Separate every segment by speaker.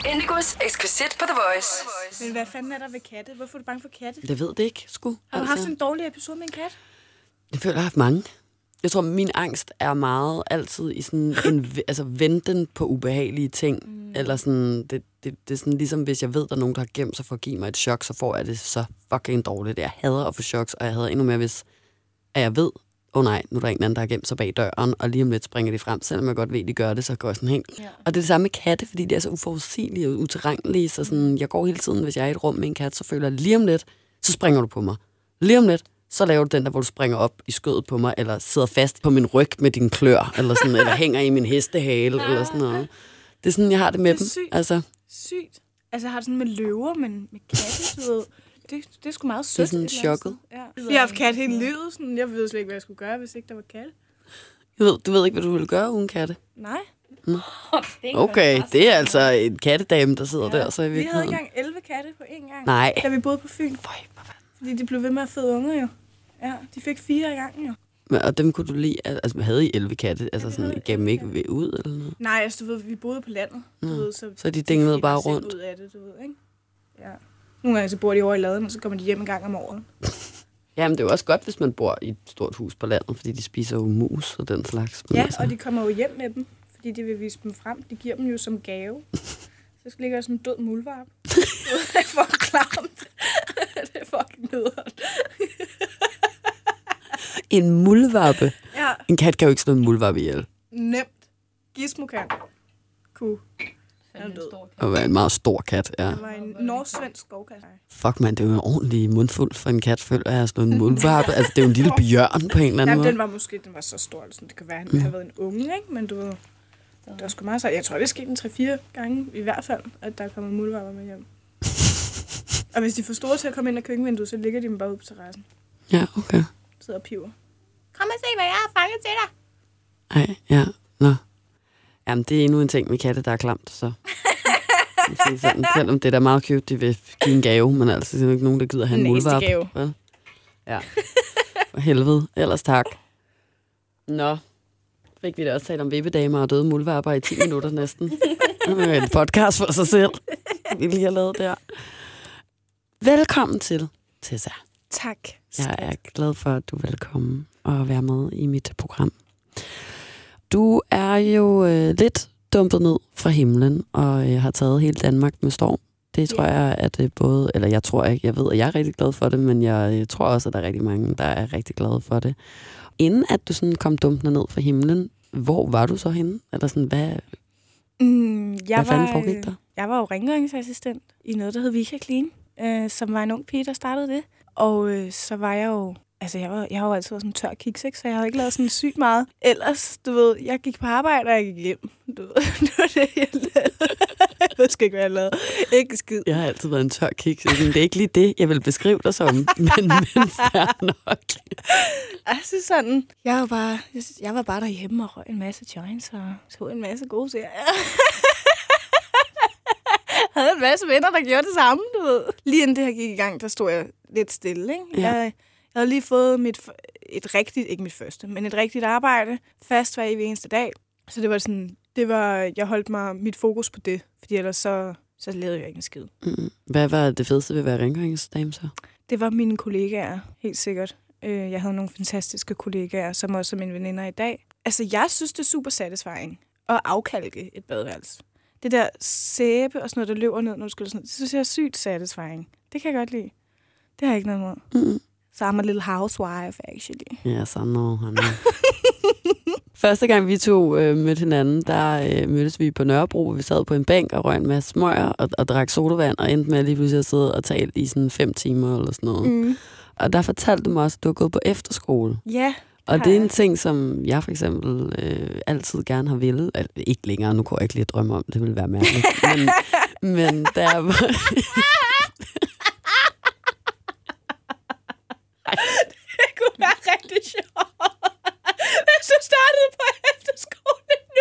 Speaker 1: Indigos eksklusit på The Voice.
Speaker 2: Men hvad fanden er der ved katte? Hvorfor er du bange for katte?
Speaker 3: Det ved det ikke, sgu.
Speaker 2: Har du haft en dårlig episode med en kat?
Speaker 3: Jeg føler, jeg har haft mange. Jeg tror, min angst er meget altid i sådan en venten på ubehagelige ting. Eller sådan, det er sådan ligesom, hvis jeg ved, der er nogen, der har gemt sig for at give mig et chok, så får jeg det så fucking dårligt. Jeg hader at få choks, og jeg hader endnu mere, hvis at jeg ved, nej, nu er der en anden, der har gemt sig bag døren, og lige om lidt springer de frem. Selvom jeg godt ved, de gør det, så går jeg sådan helt. Ja. Og det er det samme med katte, fordi de er så uforudsigelige og utilregnelige. Så sådan, jeg går hele tiden, hvis jeg er i et rum med en kat, så føler jeg lige om lidt, så springer du på mig. Lige om lidt, så laver du den der, hvor du springer op i skødet på mig, eller sidder fast på min ryg med din klør, eller sådan, eller hænger i min hestehale, eller sådan noget. Det er sådan, jeg har det med dem.
Speaker 2: Sygt.
Speaker 3: Altså.
Speaker 2: Sygt. Altså, jeg har det sådan med løver, men med katte, du ved. Det er sgu meget sødt.
Speaker 3: Det er sådan chokket.
Speaker 2: Ja. Vi har haft kat hele livet. Sådan, jeg ved slet ikke, hvad jeg skulle gøre, hvis ikke der var katte.
Speaker 3: Du ved ikke, hvad du ville gøre uden katte?
Speaker 2: Nej.
Speaker 3: Okay, det er altså en kattedame, der sidder der. Så
Speaker 2: vi havde engang 11 katte på én gang.
Speaker 3: Nej.
Speaker 2: Da vi boede på Fyn. Fordi de blev ved med at føde unger jo. Ja, de fik 4 i gangen jo.
Speaker 3: Og dem kunne du lide? Altså, havde I 11 katte? Altså, sådan, gav dem ikke ud eller noget?
Speaker 2: Nej, altså, du ved, vi boede på landet. Du ved,
Speaker 3: så de dinglede bare rundt?
Speaker 2: Ud af det, du ved, ikke? Ja. Nogle gange så bor de over i laden, og så kommer de hjem en gang om året.
Speaker 3: Jamen, det er jo også godt, hvis man bor i et stort hus på landet, fordi de spiser jo mus og den slags.
Speaker 2: Ja, altså. Og de kommer jo hjem med dem, fordi de vil vise dem frem. De giver dem jo som gave. Så skal ligge sådan en død muldvarp. Det er fucking klamt. Det er fucking nederen.
Speaker 3: En muldvarpe?
Speaker 2: Ja.
Speaker 3: En kat kan jo ikke slå en muldvarpe ihjel.
Speaker 2: Nemt. Gizmo kan. Kunne.
Speaker 3: Og være en meget stor kat, ja.
Speaker 2: Det var en norsk-svensk skovkat.
Speaker 3: Fuck, man, det er jo en ordentlig mundfuld for en kat, føler jeg, at slå en muldvarpe. Altså, det er jo en lille bjørn på en eller anden måde.
Speaker 2: Den var så stor, altså, det kan være, at han har været en unge, ikke? Men du ved, det var sgu meget sejt. Jeg tror, det er sket 3-4 gange, i hvert fald, at der er kommet muldvarper med hjem. Og hvis de får store til at komme ind ad køkkenvinduet, så ligger de dem bare ude på terrassen.
Speaker 3: Ja, okay.
Speaker 2: Sidder og piver. Kom og se, hvad jeg har fanget til dig.
Speaker 3: Ej, ja, nå. Jamen, det er endnu en ting med katte, der er klamt, så. Sådan, selvom det er da meget cute, de vil give en gave, men altså, det er jo ikke nogen, der gider have en muldvarp. Vel? Ja. For helvede. Ellers tak. Nå. Fik vi da også talt om vippedamer og døde muldvarper i 10 minutter næsten. Det er en podcast for sig selv, vi lige har lavet der. Velkommen til, Tessa.
Speaker 2: Tak.
Speaker 3: Jeg er glad for, at du er velkommen og være med i mit program. Du er jo lidt dumpet ned fra himlen og har taget hele Danmark med storm. Det tror jeg, at både, eller jeg tror ikke, jeg ved, at jeg er rigtig glad for det, men jeg tror også, at der er rigtig mange, der er rigtig glade for det. Inden at du sådan kom dumpende ned fra himlen, hvor var du så henne? Eller sådan, hvad fanden foregik der?
Speaker 2: Jeg var jo rengøringsassistent i noget, der hed Vika Clean, som var en ung pige, der startede det. Og så var jeg jo... Altså, jeg har jo altid været sådan en tør kiks, ikke? Så jeg havde ikke lavet sådan sygt meget. Ellers, du ved, jeg gik på arbejde, og jeg gik hjem. Du ved, det var det, jeg lavede. Jeg ved sgu ikke, hvad jeg lavede. Ikke skid.
Speaker 3: Jeg har altid været en tør kiks. Det er ikke lige det, jeg vil beskrive dig som, men fair nok.
Speaker 2: Altså sådan, jeg var bare derhjemme og røg en masse joints og så en masse gode serier. Jeg havde en masse venner, der gjorde det samme, du ved. Lige inden det her gik i gang, der stod jeg lidt stille, ikke?
Speaker 3: Ja.
Speaker 2: Jeg havde lige fået et rigtigt arbejde, fast hver evig eneste dag. Så det var sådan, jeg holdt mit fokus på det, fordi ellers så lavede jeg ikke en skid.
Speaker 3: Hvad var det fedeste ved at være rengøringsdame så?
Speaker 2: Det var mine kollegaer, helt sikkert. Jeg havde nogle fantastiske kollegaer, som også er mine veninder i dag. Altså, jeg synes, det er super satisfying at afkalke et badeværelse. Det der sæbe og sådan noget, der løber ned, når du skyller sådan noget, det synes jeg er sygt satisfying. Det kan jeg godt lide. Det har jeg ikke noget imod. Så I'm a little housewife, actually.
Speaker 3: Ja, sådan noget. Første gang vi to mødte hinanden, der mødtes vi på Nørrebro. Vi sad på en bænk og røg en masse smøger og drak sodavand, og endte med at lige pludselig at sidde og tale i sådan 5 timer eller sådan noget. Og der fortalte du mig også, at du har gået på efterskole.
Speaker 2: Ja.
Speaker 3: Og det er en ting, som jeg for eksempel altid gerne har ville. Ikke længere, nu kunne jeg ikke lige drømme om, det ville være mærkeligt. Men der var...
Speaker 2: Det kunne være rigtig sjovt, hvis du startede på efterskole nu.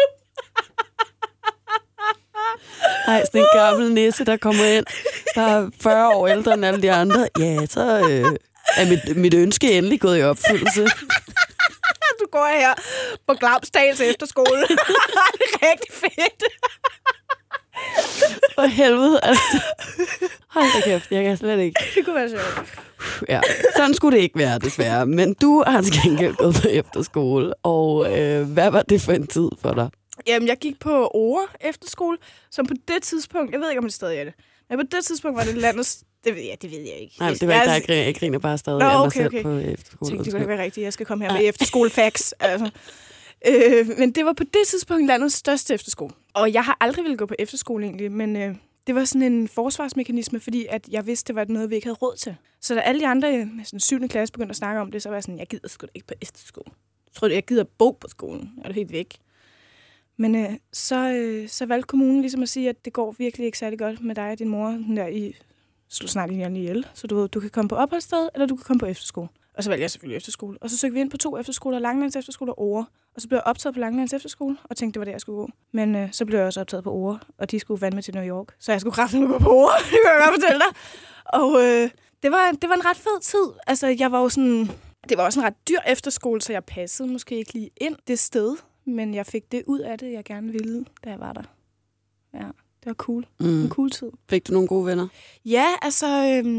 Speaker 3: Ej, sådan en gammel nisse, der kommer ind, der er 40 år ældre end alle de andre. Ja, så er mit ønske endelig gået i opfyldelse.
Speaker 2: Du går her på Glamsdals efterskole. Det er rigtig fedt.
Speaker 3: For helvede, altså. Hold da kæft, jeg kan slet ikke.
Speaker 2: Det kunne være sjovt.
Speaker 3: Ja, sådan skulle det ikke være, desværre. Men du har til gengæld gået på efterskole, og hvad var det for en tid for dig?
Speaker 2: Jamen, jeg gik på Ore efterskole, som på det tidspunkt, jeg ved ikke, om det stadig er det, men på det tidspunkt var det landets, det ved jeg ikke.
Speaker 3: Nej, det var ikke dig, jeg griner bare stadig af mig selv på efterskole.
Speaker 2: Tænkte, det kunne ikke være rigtigt, jeg skal komme her med efterskolefacts. Altså. Men det var på det tidspunkt landets største efterskole. Og jeg har aldrig ville gå på efterskole egentlig, men det var sådan en forsvarsmekanisme, fordi at jeg vidste, det var noget, vi ikke havde råd til. Så da alle de andre sådan 7. klasse begyndte at snakke om det, så var jeg sådan, jeg gider sgu da ikke på efterskole. Jeg tror, jeg gider bo på skolen. Jeg er det helt væk. Men så valgte kommunen ligesom at sige, at det går virkelig ikke særlig godt med dig og din mor. Den der i slå snart ihjel. Så du kan komme på opholdssted, eller du kan komme på efterskole. Og så valgte jeg selvfølgelig efterskole. Og så søgte vi ind på 2 efterskoler, Langelands Efterskole og Ore. Og så blev jeg optaget på Langelands Efterskole, og tænkte, det var der, jeg skulle gå. Men så blev jeg også optaget på Ore, og de skulle med til New York. Så jeg skulle kraftigt gå på Ore, det kan jeg godt fortælle dig. Og det var en ret fed tid. Altså, jeg var jo sådan... Det var også en ret dyr efterskole, så jeg passede måske ikke lige ind det sted. Men jeg fik det ud af det, jeg gerne ville, da jeg var der. Ja, det var cool. En cool tid.
Speaker 3: Fik du nogle gode venner?
Speaker 2: Ja, altså,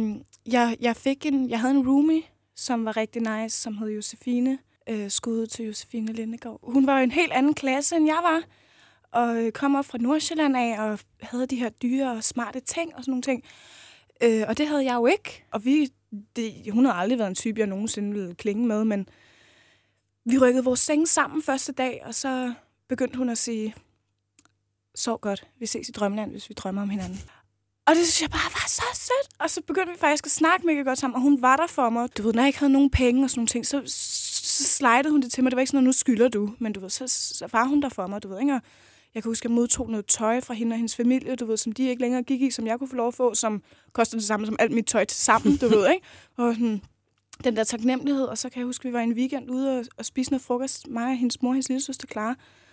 Speaker 2: jeg havde en roomie, som var rigtig nice, som hed Josefine. Skud til Josefine Lindegaard. Hun var jo en helt anden klasse, end jeg var. Og kom op fra Nordsjælland af, og havde de her dyre og smarte ting og sådan nogle ting. Og det havde jeg jo ikke. Og hun havde aldrig været en type, jeg nogensinde ville klinge med, men vi rykkede vores senge sammen første dag, og så begyndte hun at sige, sov godt, vi ses i drømmeland, hvis vi drømmer om hinanden. Og det synes jeg bare var så sødt. Og så begyndte vi faktisk at snakke mega godt sammen, og hun var der for mig. Du ved, når jeg ikke havde nogen penge og sådan nogle ting, så slidede hun det til mig. Det var ikke sådan noget, nu skylder du, men du ved, så var hun der for mig, du ved, ikke? Og jeg kan huske, at jeg modtog noget tøj fra hende og hendes familie, du ved, som de ikke længere gik i, som jeg kunne få lov at få, som kostede det samme som alt mit tøj til sammen, du ved, ikke? Og den der taknemmelighed, og så kan jeg huske, at vi var en weekend ude og spise noget frokost, mig og hendes mor og hendes lille søster Clara.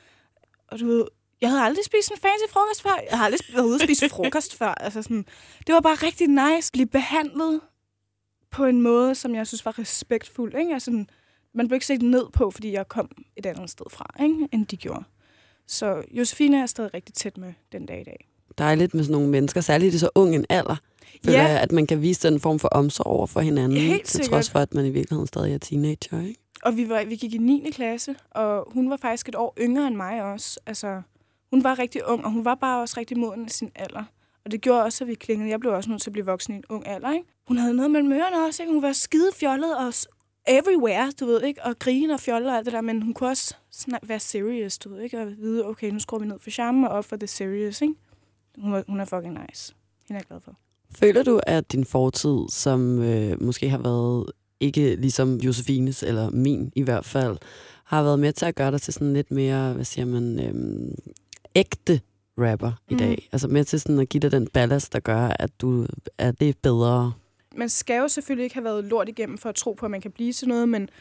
Speaker 2: Og du ved, jeg havde aldrig spist en fancy frokost før. Jeg har aldrig været ude og spise frokost før. Altså sådan, det var bare rigtig nice at blive behandlet på en måde, som jeg synes var respektfuld. Ikke? Altså, man blev ikke set ned på, fordi jeg kom et andet sted fra, ikke? End de gjorde. Så Josefine er stadig rigtig tæt med den dag i dag.
Speaker 3: Dejligt med sådan nogle mennesker, særligt i så ung en alder. Ja. At man kan vise den form for omsorg over for hinanden,
Speaker 2: helt
Speaker 3: til trods for, at man i virkeligheden stadig er teenager, ikke?
Speaker 2: Og vi gik i 9. klasse, og hun var faktisk et år yngre end mig også. Altså, hun var rigtig ung, og hun var bare også rigtig moden af sin alder. Og det gjorde også, at vi klingede. Jeg blev også nødt til at blive voksen i en ung alder, ikke? Hun havde noget mellem ørerne også, ikke? Hun var skide fjollet og everywhere, du ved, ikke? Og grine og fjolle og alt det der, men hun kunne også være serious, du ved, ikke? Og vide, okay, nu skruer vi ned for charme og op for det serious, ikke? Hun er fucking nice. Hende er jeg glad for.
Speaker 3: Føler du, at din fortid, som måske har været ikke ligesom Josefines, eller min i hvert fald, har været med til at gøre dig til sådan lidt mere, hvad siger man, ægte rapper i dag? Altså med til sådan at give dig den ballast, der gør, at du er det bedre?
Speaker 2: Man skal jo selvfølgelig ikke have været lort igennem for at tro på, at man kan blive til noget, men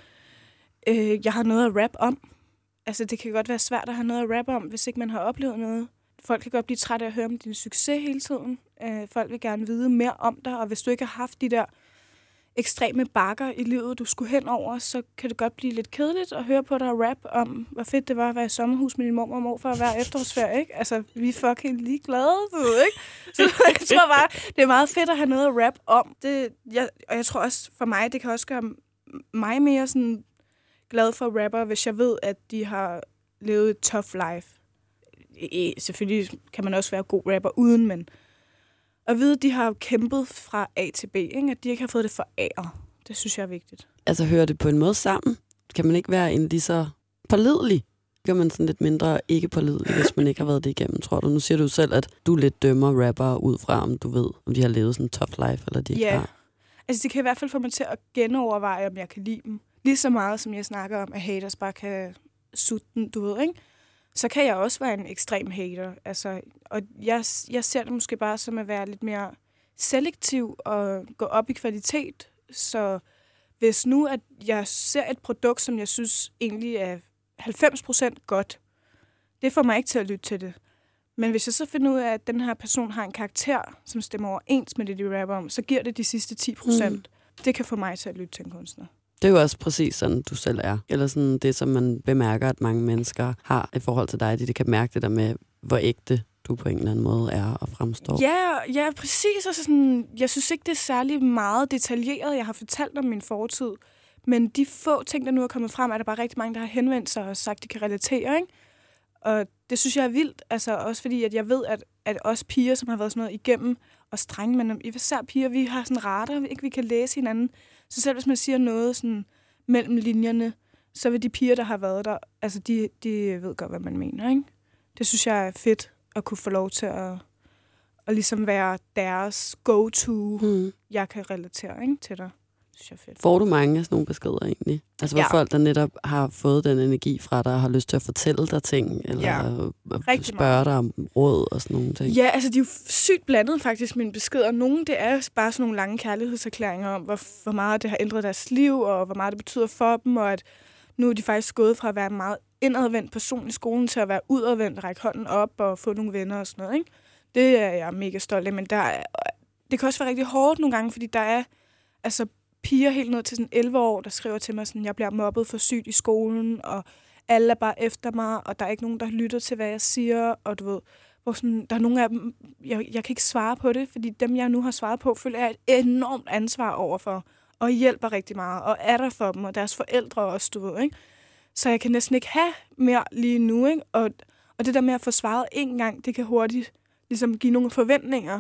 Speaker 2: jeg har noget at rap om. Altså det kan godt være svært at have noget at rap om, hvis ikke man har oplevet noget. Folk kan godt blive trætte af at høre om din succes hele tiden. Folk vil gerne vide mere om dig, og hvis du ikke har haft de der ekstreme bakker i livet, du skulle hen over, så kan det godt blive lidt kedeligt at høre på dig rap om, hvor fedt det var at være i sommerhus med din mor og morfar hver efterårsferie, ikke? Altså, vi er fucking ligeglade, du ved, ikke? Så jeg tror bare, det er meget fedt at have noget at rap om. Og jeg tror også, for mig, det kan også gøre mig mere sådan glad for rapper, hvis jeg ved, at de har levet et tough life. Selvfølgelig kan man også være god rapper uden, men at vide, at de har kæmpet fra A til B, ikke? At de ikke har fået det for A'er. Det synes jeg er vigtigt.
Speaker 3: Altså hører det på en måde sammen? Kan man ikke være en lige så pålidelig? Gør man sådan lidt mindre ikke pålidelig, hvis man ikke har været det igennem, tror du? Nu siger du selv, at du lidt dømmer rappere ud fra, om du ved, om de har levet sådan en tough life, eller de ikke har.
Speaker 2: Altså det kan i hvert fald få mig til at genoverveje, om jeg kan lide dem. Lige så meget, som jeg snakker om, at haters bare kan sutte den, du ved, ikke? Så kan jeg også være en ekstrem hater. Altså, og jeg ser det måske bare som at være lidt mere selektiv og gå op i kvalitet. Så hvis nu, at jeg ser et produkt, som jeg synes egentlig er 90% godt, det får mig ikke til at lytte til det. Men hvis jeg så finder ud af, at den her person har en karakter, som stemmer overens med det, de rapper om, så giver det de sidste 10%. Det kan få mig til at lytte til en kunstner.
Speaker 3: Det er jo også præcis sådan, du selv er. Eller sådan det, som man bemærker, at mange mennesker har i forhold til dig. De kan mærke det der med, hvor ægte du på en eller anden måde er og fremstår.
Speaker 2: Ja, præcis. Altså sådan, jeg synes ikke, det er særlig meget detaljeret, jeg har fortalt om min fortid. Men de få ting, der nu er kommet frem, er der bare rigtig mange, der har henvendt sig og sagt, de kan relatere, ikke? Og det synes jeg er vildt, altså også fordi, at jeg ved, at os piger, som har været sådan noget igennem, og strenge, men især piger, vi har sådan radar, ikke vi kan læse hinanden. Så selv hvis man siger noget sådan mellem linjerne, så vil de piger, der har været der, altså de ved godt, hvad man mener, ikke? Det synes jeg er fedt at kunne få lov til at ligesom være deres go-to, jeg kan relatere, ikke, til dig. Det synes jeg er fedt.
Speaker 3: Får du mange af sådan nogle beskeder egentlig? Altså hvor folk, der netop har fået den energi fra dig, og har lyst til at fortælle dig ting, eller spørge dig om råd og sådan nogle ting?
Speaker 2: Ja, altså de er jo sygt blandet faktisk, mine beskeder. Nogle, det er bare sådan nogle lange kærlighedserklæringer om, hvor meget det har ændret deres liv, og hvor meget det betyder for dem, og at nu er de faktisk gået fra at være en meget indadvendt person i skolen, til at være udadvendt, række hånden op og få nogle venner og sådan noget, ikke? Det er jeg mega stolt af, men det kan også være rigtig hårdt nogle gange, fordi der er altså piger helt ned til sådan 11 år, der skriver til mig sådan, jeg bliver mobbet for sygt i skolen, og alle er bare efter mig, og der er ikke nogen, der lytter til, hvad jeg siger, og du ved, hvor sådan, der er nogle af dem, jeg kan ikke svare på det, fordi dem, jeg nu har svaret på, føler jeg et enormt ansvar overfor, og hjælper rigtig meget, og er der for dem, og deres forældre også, du ved, ikke? Så jeg kan næsten ikke have mere lige nu, ikke? Og det der med at få svaret en gang, det kan hurtigt ligesom give nogle forventninger.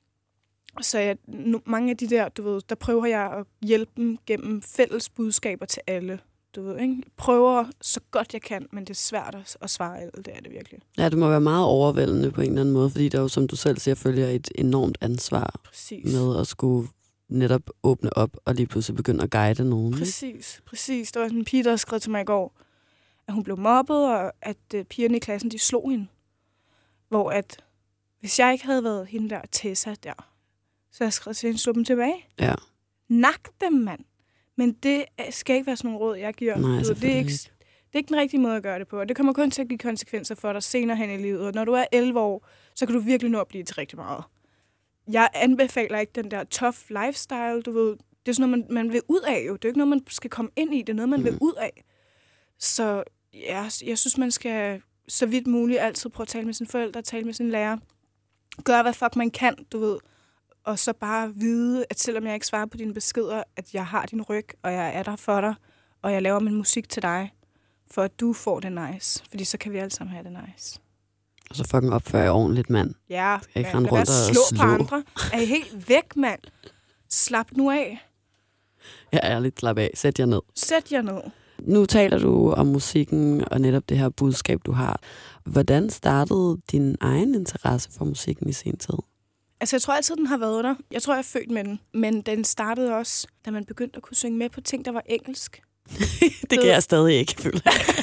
Speaker 2: Så mange af de der, du ved, der prøver jeg at hjælpe dem gennem fælles budskaber til alle, du ved, ikke? Prøver så godt jeg kan, men det er svært at svare alt, det er det virkelig.
Speaker 3: Ja, det må være meget overvældende på en eller anden måde, fordi der jo, som du selv siger, følger et enormt ansvar med at skulle netop åbne op og lige pludselig begynde at guide nogen.
Speaker 2: Præcis. Der var en pige, der skrev til mig i går, at hun blev mobbet, og at pigerne i klassen, de slog hende. Hvor at, hvis jeg ikke havde været hende der, Tessa der, så jeg skrev til hende, slå dem tilbage.
Speaker 3: Ja.
Speaker 2: Nak dem, mand. Men det skal ikke være sådan nogle råd, jeg giver.
Speaker 3: Nej,
Speaker 2: det er ikke den rigtige måde at gøre det på. Og det kommer kun til at give konsekvenser for dig senere hen i livet. Og når du er 11 år, så kan du virkelig nå at blive til rigtig meget. Jeg anbefaler ikke den der tough lifestyle, du ved. Det er sådan noget, man vil ud af jo. Det er ikke noget, man skal komme ind i. Det er noget, man vil ud af. Så ja, jeg synes, man skal så vidt muligt altid prøve at tale med sine forældre, tale med sine lærer. Gør, hvad fuck man kan, du ved. Og så bare vide, at selvom jeg ikke svarer på dine beskeder, at jeg har din ryg, og jeg er der for dig, og jeg laver min musik til dig, for at du får det nice. Fordi så kan vi alle sammen have det nice.
Speaker 3: Og så fucking opføre jer ordentligt, mand.
Speaker 2: Ja,
Speaker 3: ikke rende rundt og
Speaker 2: slå på andre. Er I helt væk, mand? Slap nu af.
Speaker 3: Ja, ærligt, slap af. Sæt jer ned.
Speaker 2: Sæt jer ned.
Speaker 3: Nu taler du om musikken og netop det her budskab, du har. Hvordan startede din egen interesse for musikken i sin tid?
Speaker 2: Altså, jeg tror altid, den har været der. Jeg tror, jeg er født med den. Men den startede også, da man begyndte at kunne synge med på ting, der var engelsk.
Speaker 3: Det kan jeg stadig ikke, føle.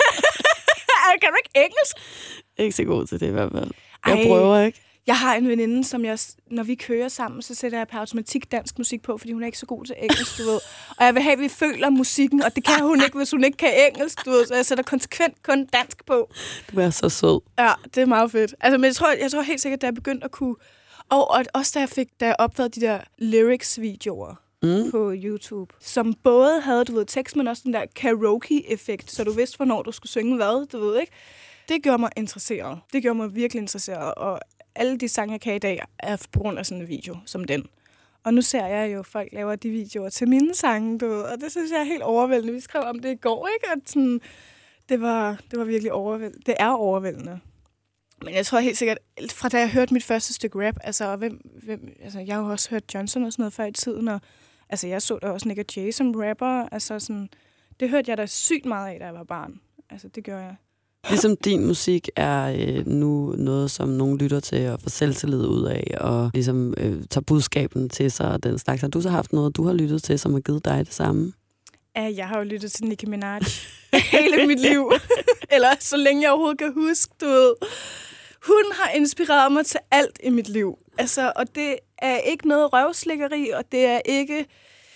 Speaker 2: Kan du ikke engelsk?
Speaker 3: Ikke så god til det i hvert fald. Jeg prøver ikke.
Speaker 2: Jeg har en veninde, som når vi kører sammen, så sætter jeg per automatik dansk musik på, fordi hun er ikke så god til engelsk, du ved. Og jeg vil have, at vi føler musikken, og det kan hun ikke, hvis hun ikke kan engelsk, du ved. Så jeg sætter konsekvent kun dansk på. Du
Speaker 3: er så sød.
Speaker 2: Ja, det er meget fedt. Altså, men jeg tror helt sikkert, at jeg begyndte at kunne... Og også da jeg opdagede de der lyrics-videoer på YouTube, som både havde, du ved, tekst, men også den der karaoke-effekt, så du vidste, hvornår du skulle synge hvad, du ved, ikke? Det gjorde mig interesseret. Det gjorde mig virkelig interesseret, og alle de sange, jeg kan i dag, er på grund af sådan en video som den. Og nu ser jeg jo, folk laver de videoer til mine sange, du ved, og det synes jeg er helt overvældende. Vi skrev om det i går, ikke? At sådan, det var virkelig overvældende. Det er overvældende. Men jeg tror helt sikkert, fra da jeg hørte mit første stykke rap, altså, altså jeg har jo også hørt Johnson og sådan noget før i tiden, og altså, jeg så da også Nick og Jay som rapper, altså sådan, det hørte jeg da sygt meget af, da jeg var barn. Altså, det gør jeg.
Speaker 3: Ligesom din musik er nu noget, som nogen lytter til og får selvtillid ud af, og ligesom tager budskaben til sig og den slags. Har du så haft noget, du har lyttet til, som har givet dig det samme?
Speaker 2: Jeg har jo lyttet til Nicki Minaj hele mit liv. Eller så længe jeg overhovedet kan huske, du ved. Hun har inspireret mig til alt i mit liv. Altså, og det er ikke noget røvslikkeri, og det er ikke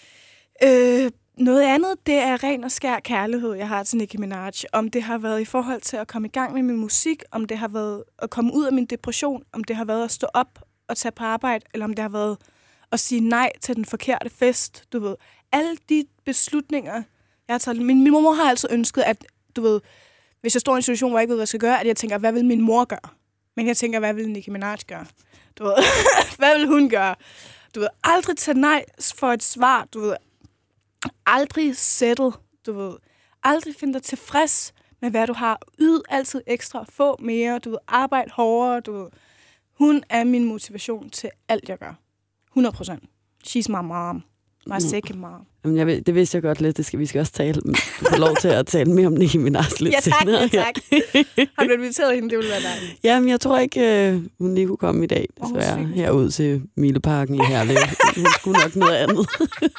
Speaker 2: noget andet. Det er ren og skær kærlighed, jeg har til Nicki Minaj. Om det har været i forhold til at komme i gang med min musik, om det har været at komme ud af min depression, om det har været at stå op og tage på arbejde, eller om det har været at sige nej til den forkerte fest, du ved. Alle de beslutninger, jeg har taget. Min mor har altid ønsket, at, du ved, hvis jeg står i en situation, hvor jeg ikke ved, hvad jeg skal gøre, at jeg tænker, hvad vil min mor gøre? Men jeg tænker, hvad vil Nicki Minaj gøre? Du ved, hvad vil hun gøre? Du ved, aldrig tage nej for et svar. Du ved, aldrig settle. Du ved, aldrig finde dig tilfreds med, hvad du har. Yd altid ekstra. Få mere. Du ved, arbejde hårdere. Du ved. Hun er min motivation til alt, jeg gør. 100%. She's my mom. My second mom.
Speaker 3: Jamen, det vidste jeg godt lidt. Vi skal også tale. Du får lov til at tale mere om Nicki Minaj lidt senere.
Speaker 2: Ja, tak. Har du inviteret hende? Det ville være dejligt.
Speaker 3: Jamen, jeg tror ikke, hun lige kunne komme i dag, desværre. Herud til Mileparken i Herlev. Hun skulle nok noget andet.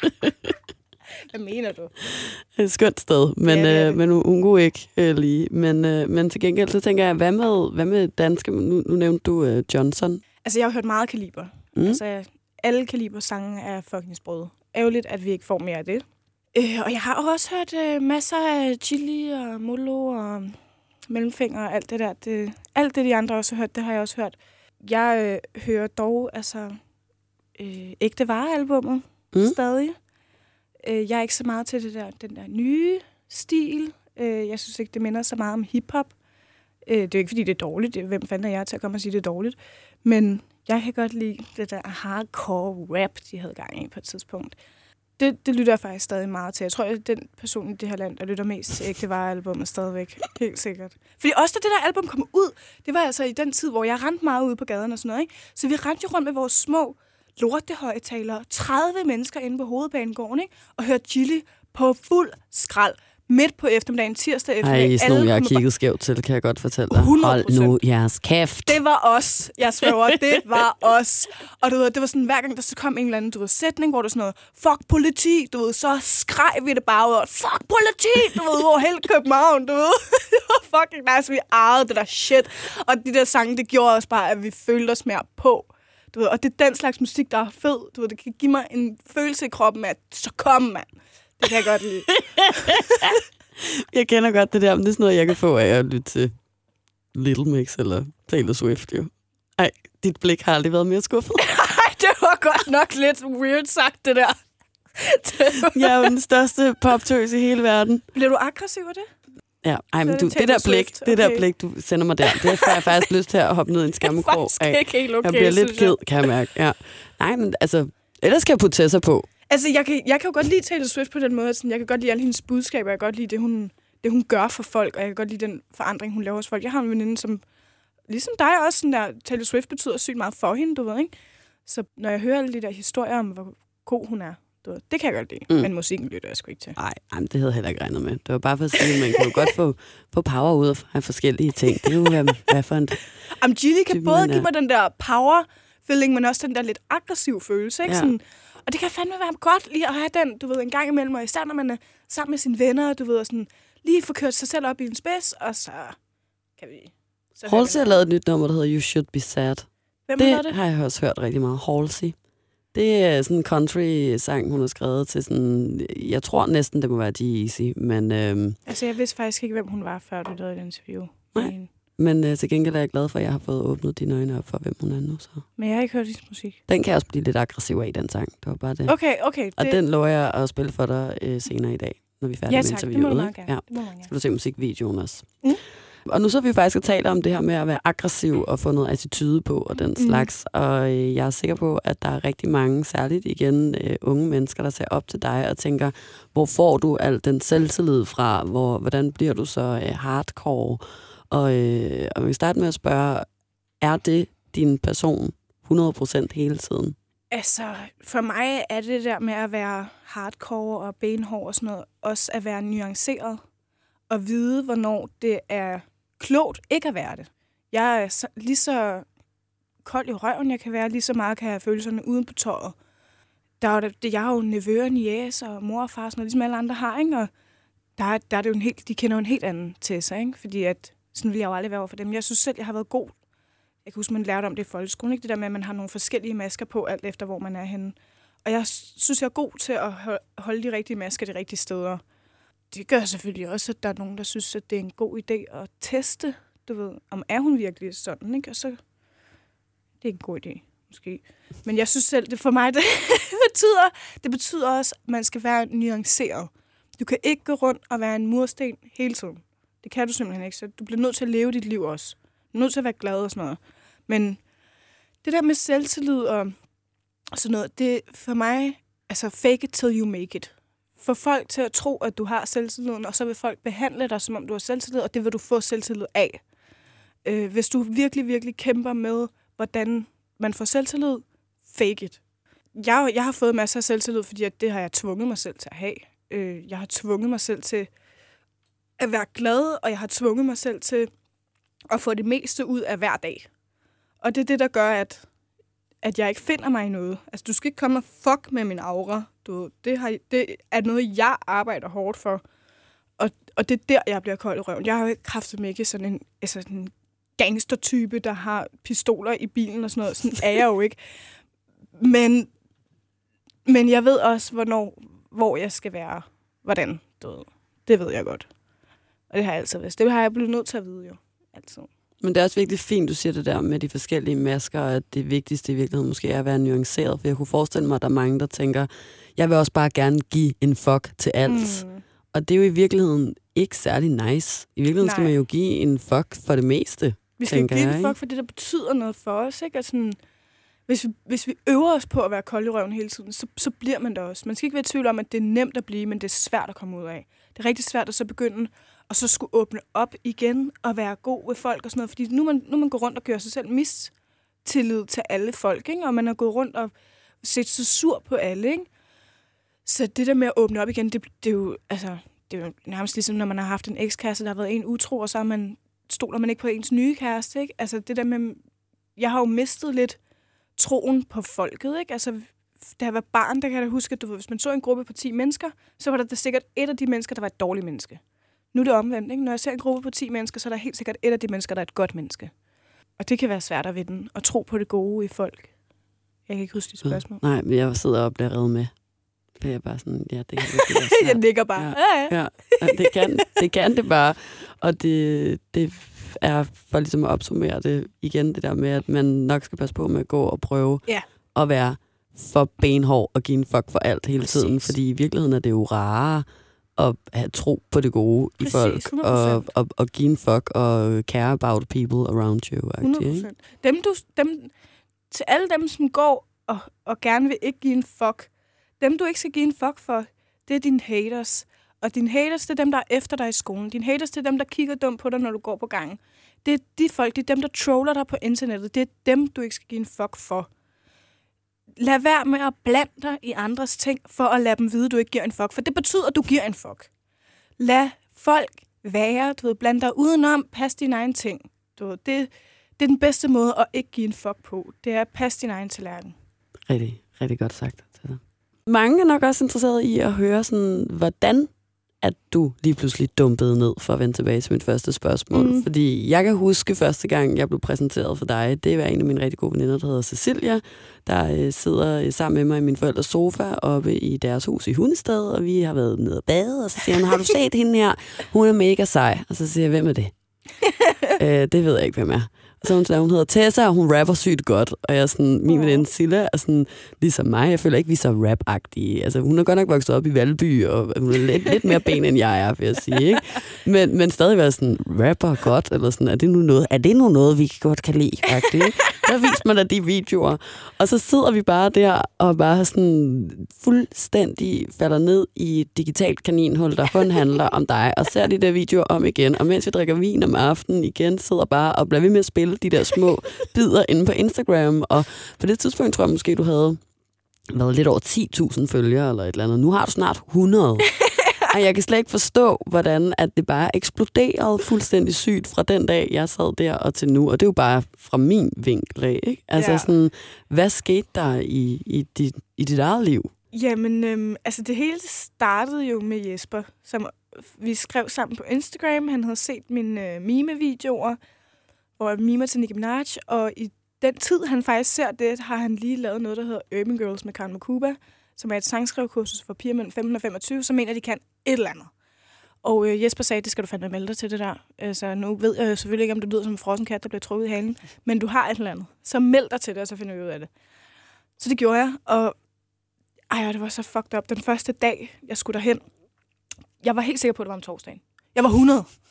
Speaker 2: Hvad mener du?
Speaker 3: Et skønt sted, men hun kunne ikke lige. Men til gengæld, så tænker jeg, hvad med danske? Nu nævnte du Johnson.
Speaker 2: Altså, jeg har hørt meget Kaliber. Altså, alle Kaliber-sange er fucking sprøde. Ærgerligt, at vi ikke får mere af det. Og jeg har også hørt masser af Chili og Molo og Mellemfinger og alt det der. Alt det, de andre også har hørt, det har jeg også hørt. Jeg hører dog Ægte Vare-albummet stadig. Jeg er ikke så meget til den der nye stil. Jeg synes ikke, det minder så meget om hiphop. Det er jo ikke, fordi det er dårligt. Hvem fanden er jeg til at komme og sige, det er dårligt? Men jeg kan godt lide det der hardcore rap, de havde gang i på et tidspunkt. Det lytter jeg faktisk stadig meget til. Jeg tror, at den person i det her land, der lytter mest til Ægte Vare-albummet stadigvæk. Helt sikkert. Fordi også da det der album kom ud, det var altså i den tid, hvor jeg rendte meget ude på gaden og sådan noget. Ikke? Så vi rendte jo rundt med vores små lortehøjtalere, 30 mennesker inde på Hovedbanegården, ikke? Og hørte Chili på fuld skrald. Midt på eftermiddagen, tirsdag eftermiddag.
Speaker 3: Ej, sådan nogle, jeg har kigget skævt til, kan jeg godt fortælle dig. 100%. Hold nu jeres kæft.
Speaker 2: Det var os. Jeg sværger, det var os. Og du ved, det var sådan, hver gang der så kom en eller anden sætning, hvor der sådan noget, fuck politi, du ved, så skreg vi det bare ud over, fuck politi, du ved, over hele København, du ved. Det var fucking nice, vi ejede det der shit. Og de der sange, det gjorde også bare, at vi følte os mere på. Du ved, og det er den slags musik, der er fed. Du ved, det kan give mig en følelse i kroppen af, så kom, mand. Det kan jeg godt lide.
Speaker 3: Jeg kender godt det der, men det er sådan noget, jeg kan få af at lytte til Little Mix eller Taylor Swift, jo. Ej, dit blik har aldrig været mere skuffet.
Speaker 2: Ej, det var godt nok lidt weird sagt, det der.
Speaker 3: Jeg er jo den største poptøs i hele verden.
Speaker 2: Bliver du aggressiv af det?
Speaker 3: Ja, ej, men det der blik, du sender mig der, det får jeg faktisk lyst til at hoppe ned i en skammekrog af.
Speaker 2: Ikke helt okay,
Speaker 3: jeg bliver lidt ked, kan jeg mærke. Ja. Nej, men altså, ellers skal jeg putte tæsser på.
Speaker 2: Altså, jeg kan jo godt lide Taylor Swift på den måde, sådan, jeg kan godt lide alle hendes budskaber, jeg kan godt lide det, hun gør for folk, og jeg kan godt lide den forandring, hun laver hos folk. Jeg har en veninde, som ligesom dig også, sådan der, Taylor Swift betyder sygt meget for hende, du ved, ikke? Så når jeg hører alle de der historier om, hvor god hun er, du ved, det kan jeg godt lide, men musikken lytter jeg sgu ikke til.
Speaker 3: Nej, det havde jeg heller ikke regnet med. Det var bare for at sige, at man kan jo godt få power ud af forskellige ting. Det er jo, hvad for en...
Speaker 2: Gilly kan både give mig den der power-feeling, men også den der lidt aggressiv følelse, ikke? Ja. Sådan, og det kan fandme være godt lige at have den, du ved, en gang imellem, og især når man er sammen med sine venner, du ved, og sådan lige få kørt sig selv op i en spids, og så kan vi...
Speaker 3: Halsey har lavet et nyt nummer, der hedder You Should Be Sad.
Speaker 2: Hvem har det?
Speaker 3: Har jeg også hørt rigtig meget. Halsey. Det er sådan en country-sang, hun har skrevet til sådan... Jeg tror næsten, det må være G-Eazy, men...
Speaker 2: Altså, jeg vidste faktisk ikke, hvem hun var, før du lavede et interview.
Speaker 3: Nej. Men til gengæld er jeg glad for, at jeg har fået åbnet dine øjne op for, hvem hun er nu. Så.
Speaker 2: Men jeg har ikke hørt hendes musik.
Speaker 3: Den kan jeg også blive lidt aggressiv af, den sang. Det var bare det.
Speaker 2: Okay.
Speaker 3: Og den lover jeg at spille for dig senere i dag, når vi er færdige med interviewet.
Speaker 2: Det må du meget gerne.
Speaker 3: Ja. Skal du se musikvideoen også. Og nu så vi faktisk at tale om det her med at være aggressiv og få noget attitude på og den slags. Og jeg er sikker på, at der er rigtig mange, særligt igen unge mennesker, der ser op til dig og tænker, hvor får du al den selvtillid fra? Hvordan bliver du så hardcore? Og vi kan starte med at spørge, er det din person 100% hele tiden?
Speaker 2: Altså, for mig er det der med at være hardcore og benhård og sådan noget, også at være nuanceret og vide, hvornår det er klogt ikke at være det. Jeg er lige så kold i røven, jeg kan være, lige så meget kan jeg have følelserne uden på tøjet. Jeg har jo nevøer, niæser og mor og far, sådan noget, ligesom alle andre har, ikke? Og der er det jo de kender jo en helt anden til sig, ikke? Fordi at sådan vil jeg jo aldrig være over for dem. Jeg synes selv, jeg har været god. Jeg kan huske, man lærte om det i folkeskolen, ikke? Det der med, at man har nogle forskellige masker på, alt efter hvor man er henne. Og jeg synes, jeg er god til at holde de rigtige masker de rigtige steder. Det gør selvfølgelig også, at der er nogen, der synes, at det er en god idé at teste, du ved, om er hun virkelig sådan, ikke? Og så det er en god idé, måske. Men jeg synes selv, det for mig, det betyder også, at man skal være nuanceret. Du kan ikke gå rundt og være en mursten hele tiden. Det kan du simpelthen ikke, så du bliver nødt til at leve dit liv også. er nødt til at være glad og sådan noget. Men det der med selvtillid og sådan noget, det er for mig, altså fake it till you make it. Få folk til at tro, at du har selvtilliden, og så vil folk behandle dig, som om du har selvtillid, og det vil du få selvtillid af. Hvis du virkelig, virkelig kæmper med, hvordan man får selvtillid, fake it. Jeg har fået masser af selvtillid, fordi at det har jeg tvunget mig selv til at have. Jeg har tvunget mig selv til at være glad, og jeg har tvunget mig selv til at få det meste ud af hver dag. Og det er det, der gør, at jeg ikke finder mig i noget. Altså, du skal ikke komme og fuck med min aura. Det er noget, jeg arbejder hårdt for. Og det er der, jeg bliver kold i røven. Jeg har jo ikke kraftedeme ikke sådan en gangstertype, der har pistoler i bilen og sådan noget. Sådan er jeg jo ikke. Men jeg ved også, hvor jeg skal være. Hvordan. Det ved jeg godt. Og det har jeg altid vidst. Det har jeg blevet nødt til at vide jo. Altid.
Speaker 3: Men det er også virkelig fint, du siger det der med de forskellige masker, og at det vigtigste i virkeligheden måske er at være nuanceret. For jeg kunne forestille mig, at der er mange, der tænker, jeg vil også bare gerne give en fuck til alt. Og det er jo i virkeligheden ikke særlig nice. I virkeligheden skal man jo give en fuck for det meste.
Speaker 2: Vi skal give en fuck for det, der betyder noget for os. Ikke? Altså, hvis vi øver os på at være kold i røven hele tiden, så bliver man der også. Man skal ikke være i tvivl om, at det er nemt at blive, men det er svært at komme ud af. Det er rigtig svært at så begynde og så skulle åbne op igen og være god ved folk og sådan noget. Fordi nu man går rundt og gør sig selv mistillid til alle folk, ikke? Og man har gået rundt og set sig sur på alle, ikke? Så det der med at åbne op igen, det er jo nærmest ligesom, når man har haft en ekskæreste, der har været en utro, og så stoler man ikke på ens nye kæreste, ikke? Altså det der med, jeg har jo mistet lidt troen på folket, ikke? Altså da jeg var barn, der kan jeg huske, at hvis man så en gruppe på 10 mennesker, så var der sikkert et af de mennesker, der var et dårligt menneske. Nu er det omvendt, ikke? Når jeg ser en gruppe på 10 mennesker, så er der helt sikkert et af de mennesker, der er et godt menneske. Og det kan være svært at vinde, og tro på det gode i folk. Jeg kan ikke huske dit spørgsmål.
Speaker 3: Nej, men jeg sidder og bliver reddet med. For jeg er bare sådan, ja, det kan det.
Speaker 2: Jeg nikker bare.
Speaker 3: Ja, det kan det bare. Og det er for ligesom at opsummere det igen, det der med, at man nok skal passe på med at gå og prøve at være for benhård og give en fuck for alt hele tiden. Fordi i virkeligheden er det jo rarere at have tro på det gode i folk, og give en fuck og care about people around you.
Speaker 2: 100%. Til alle dem, som går og gerne vil ikke give en fuck, dem du ikke skal give en fuck for, det er dine haters. Og dine haters, det er dem, der er efter dig i skolen. Dine haters, det er dem, der kigger dumt på dig, når du går på gangen. Det er de folk, det er dem, der troller dig på internettet. Det er dem, du ikke skal give en fuck for. Lad være med at blande dig i andres ting, for at lade dem vide, at du ikke giver en fuck. For det betyder, at du giver en fuck. Lad folk være, blande dig udenom, pas dine egne ting. Det er den bedste måde at ikke give en fuck på. Det er at passe din egen tallerken.
Speaker 3: Rigtig, rigtig godt sagt til dig. Mange er nok også interesseret i at høre, sådan, hvordan at du lige pludselig dumpede ned, for at vende tilbage til mit første spørgsmål. Fordi jeg kan huske første gang, jeg blev præsenteret for dig, det var en af mine rigtig gode veninder, der hedder Cecilia, der sidder sammen med mig i min forældres sofa oppe i deres hus i Hundested, og vi har været nede og bade, og så siger han, har du set hende her? Hun er mega sej. Og så siger jeg, hvem er det? Det ved jeg ikke, hvem er. Og så hun hedder Tessa, og hun rapper sygt godt. Og jeg er sådan, min veninde Silla er sådan, ligesom mig, jeg føler ikke, vi er så rap-agtige. Altså, hun er godt nok vokset op i Valby, og hun er lidt mere ben, end jeg er, vil jeg sige, ikke? Men stadig være sådan, rapper godt, eller sådan, er det nu noget, vi godt kan lide, faktisk? Så viste man da de videoer. Og så sidder vi bare der, og bare sådan fuldstændig falder ned i et digitalt kaninhul, der kun handler om dig, og ser de der videoer om igen. Og mens vi drikker vin om aftenen igen, sidder bare og bliver ved med at spille de der små bidder inde på Instagram. Og på det tidspunkt tror jeg måske, du havde været lidt over 10.000 følgere eller et eller andet. Nu har du snart 100. Og jeg kan slet ikke forstå, hvordan at det bare eksploderede fuldstændig sygt fra den dag, jeg sad der og til nu. Og det er jo bare fra min vinkel af, ikke? Altså sådan, hvad skete der i dit eget liv?
Speaker 2: Jamen, altså det hele startede jo med Jesper, som vi skrev sammen på Instagram. Han havde set mine mime-videoer, hvor jeg mimer til Nicki Minaj, og i den tid, han faktisk ser det, har han lige lavet noget, der hedder Urban Girls med Karen Makuba, som er et sangskrivkursus for piger mellem 15 og 25, som mener, de kan et eller andet. Og Jesper sagde, det skal du fandme melde dig til det der. Altså, nu ved jeg selvfølgelig ikke, om det lyder som en frossen kat, der bliver trukket i halen, men du har et eller andet. Så meld dig til det, og så finder vi ud af det. Så det gjorde jeg, og det var så fucked up. Den første dag, jeg skulle derhen, jeg var helt sikker på, at det var om torsdagen. Jeg var 100.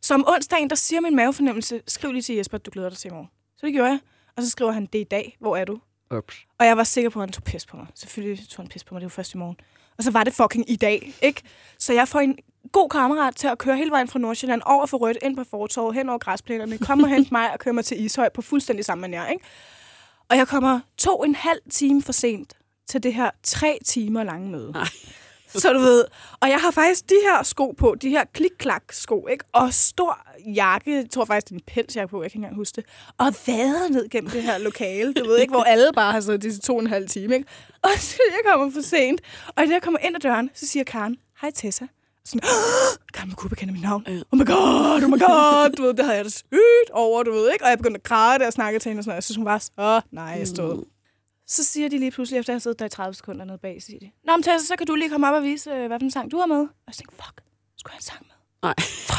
Speaker 2: Så om onsdagen, der siger min mavefornemmelse, skriv lige til Jesper, at du glæder dig til i morgen. Så det gjorde jeg. Og så skriver han, det er i dag. Hvor er du?
Speaker 3: Ups.
Speaker 2: Og jeg var sikker på, at han tog pis på mig. Selvfølgelig tog han pis på mig, det var først i morgen. Og så var det fucking i dag, ikke? Så jeg får en god kammerat til at køre hele vejen fra Nordsjælland over for Rødt, ind på fortorvet, hen over græsplænerne, komme og hente mig og køre mig til Ishøj på fuldstændig samme manier, ikke? Og jeg kommer 2,5 time for sent til det her 3 timer lange møde.
Speaker 3: Nej.
Speaker 2: Så du ved, og jeg har faktisk de her sko på, de her klik-klak-sko, ikke? Og stor jakke, jeg tror faktisk, det er en pelsjakke på, jeg kan ikke engang huske det. Og vader ned gennem det her lokale, du ved ikke, hvor alle bare har siddet disse 2,5 timer, ikke? Og så jeg kommer for sent, og da jeg kommer ind ad døren, så siger Karen, hej Tessa. Og sådan, Karen McCooper kender mit navn. Oh my god, du ved, det havde jeg da sygt over, du ved ikke? Og jeg begyndte at græde der og snakke til hende og sådan noget. Jeg synes, hun var så stod. Så siger de lige pludselig, efter jeg har siddet der i 30 sekunder nede bag, så siger de, nå, men Tessa, så kan du lige komme op og vise, hvad for en sang du har med. Og jeg tænkte, fuck, skulle jeg have en sang med?
Speaker 3: Nej.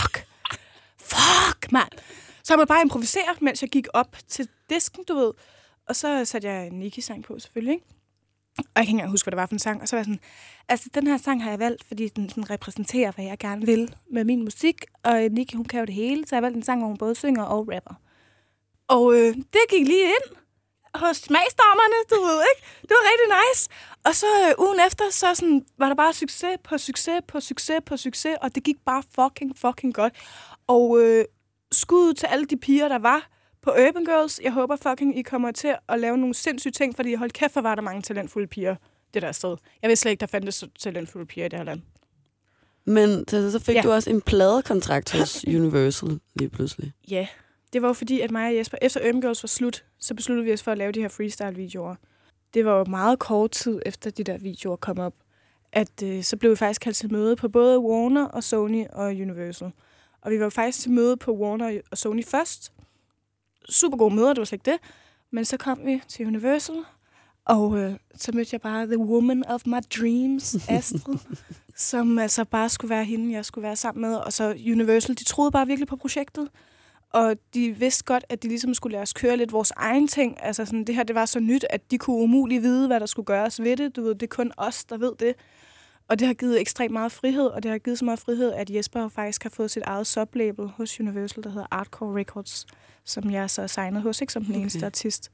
Speaker 2: Fuck, mand. Så jeg måtte bare improvisere, mens jeg gik op til disken, du ved. Og så satte jeg en Nicki-sang på, selvfølgelig, ikke? Og jeg kan ikke engang huske, hvad det var for en sang. Og så var jeg sådan, altså, den her sang har jeg valgt, fordi den sådan repræsenterer, hvad jeg gerne vil med min musik. Og Nicki, hun kan jo det hele, så jeg valgte en sang, hvor hun både synger og rapper. Og det gik lige ind hos smagsdommerne, du ved, ikke? Det var rigtig nice. Og så ugen efter, så sådan, var der bare succes på succes på succes på succes, og det gik bare fucking godt. Og skud til alle de piger, der var på Urban Girls. Jeg håber fucking, I kommer til at lave nogle sindssyge ting, fordi hold kæft, hvor var der mange talentfulde piger det der sted. Jeg vidste slet ikke, der fandtes så talentfulde piger i det her land.
Speaker 3: Men så fik du også en pladekontrakt hos Universal lige pludselig.
Speaker 2: Ja, det var jo fordi, at mig og Jesper, efter Urban Girls var slut, så besluttede vi os for at lave de her freestyle-videoer. Det var jo meget kort tid efter de der videoer kom op, at så blev vi faktisk kaldt til møde på både Warner og Sony og Universal. Og vi var faktisk til møde på Warner og Sony først. Super gode møder, det var slet ikke det. Men så kom vi til Universal, og så mødte jeg bare the woman of my dreams, Astrid, som altså bare skulle være hende, jeg skulle være sammen med. Og så Universal, de troede bare virkelig på projektet. Og de vidste godt, at de ligesom skulle lade os køre lidt vores egen ting. Altså sådan, det her, det var så nyt, at de kunne umuligt vide, hvad der skulle gøres ved det. Du ved, det er kun os, der ved det. Og det har givet ekstremt meget frihed, og det har givet så meget frihed, at Jesper faktisk har fået sit eget sublabel hos Universal, der hedder Artcore Records, som jeg så signet hos, ikke som den eneste artist.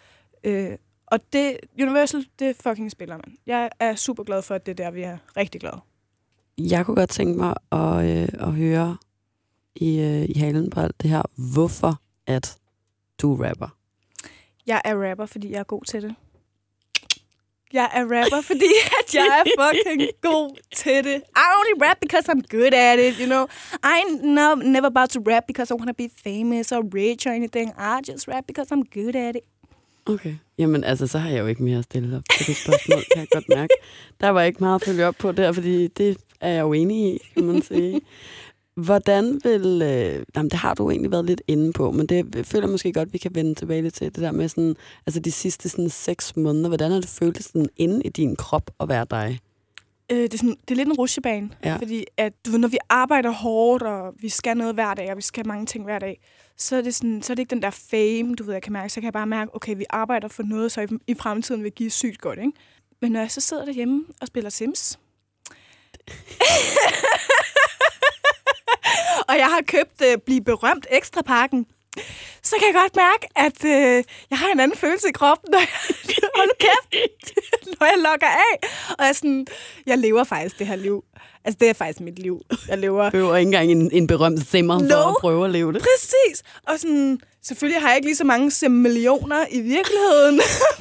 Speaker 2: Og det, Universal, det fucking spiller man. Jeg er super glad for, at det er der, vi er rigtig glade. Jeg
Speaker 3: kunne godt tænke mig at høre i halen på alt det her, hvorfor at du er rapper.
Speaker 2: Jeg er rapper, fordi jeg er god til det. Jeg er rapper, fordi at jeg er fucking god til det. I only rap because I'm good at it, you know. I ain't never about to rap because I want to be famous or rich or anything. I just rap because I'm good at it.
Speaker 3: Okay. Jamen, altså, så har jeg jo ikke mere at stille op til det spørgsmål, kan jeg godt mærke. Der var ikke meget at følge op på der, fordi det er jeg jo enig i, kan man sige. Hvordan vil... Jamen, det har du egentlig været lidt inde på, men det føler måske godt, vi kan vende tilbage lidt til det der med sådan... Altså, de sidste sådan 6 måneder, hvordan har det føltes sådan inde i din krop at være dig?
Speaker 2: Det er lidt en rutsjebane, fordi at, du ved, når vi arbejder hårdt, og vi skal noget hver dag, og vi skal mange ting hver dag, så er det ikke den der fame, du ved, jeg kan mærke. Så kan jeg bare mærke, okay, vi arbejder for noget, så i fremtiden vil give sygt godt, ikke? Men når jeg så sidder derhjemme og spiller Sims... og jeg har købt Bliv Berømt Extra-pakken, så kan jeg godt mærke, at jeg har en anden følelse i kroppen, når jeg logger af. Og jeg lever faktisk det her liv. Altså, det er faktisk mit liv. Jeg lever...
Speaker 3: Du er ikke engang en berømt simmer for at prøve at leve det.
Speaker 2: Præcis. Og selvfølgelig har jeg ikke lige så mange millioner i virkeligheden.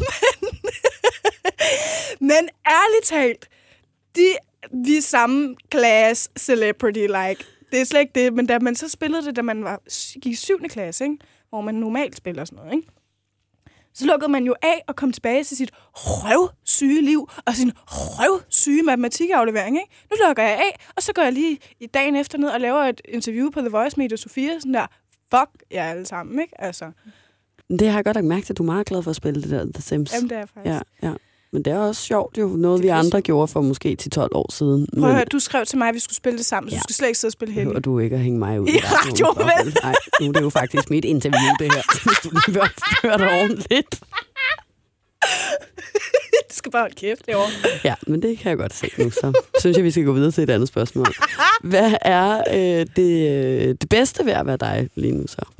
Speaker 2: men ærligt talt, vi er samme class celebrity-like. Det er slet ikke det, men da man så spillede det, da man gik i 7. klasse, ikke? Hvor man normalt spiller sådan noget, ikke? Så lukkede man jo af og kom tilbage til sit røvsyge liv og sin røvsyge matematikaflevering, ikke? Nu lukker jeg af, og så går jeg lige i dagen efter ned og laver et interview på The Voice med Sofia, sådan der, fuck jer alle sammen, ikke? Altså.
Speaker 3: Det har jeg godt nok mærket, at du er meget glad for at spille det der The Sims.
Speaker 2: Jamen, det er faktisk.
Speaker 3: Ja. Men det er også sjovt, jo. Noget vi andre gjorde for måske 10-12 år siden.
Speaker 2: Prøv at høre, du skrev til mig, at vi skulle spille det sammen, så du skal slet ikke sidde og spille heldig.
Speaker 3: Og du ikke at hænge mig ud
Speaker 2: i radioen, vel?
Speaker 3: Nej, nu er det jo faktisk mit interview, det her. Hvis du lige vil opføre dig ordentligt.
Speaker 2: skal bare holde kæft derovre.
Speaker 3: Ja, men det kan jeg godt se nu. Så synes jeg, vi skal gå videre til et andet spørgsmål. Hvad er det bedste ved at være dig lige nu så?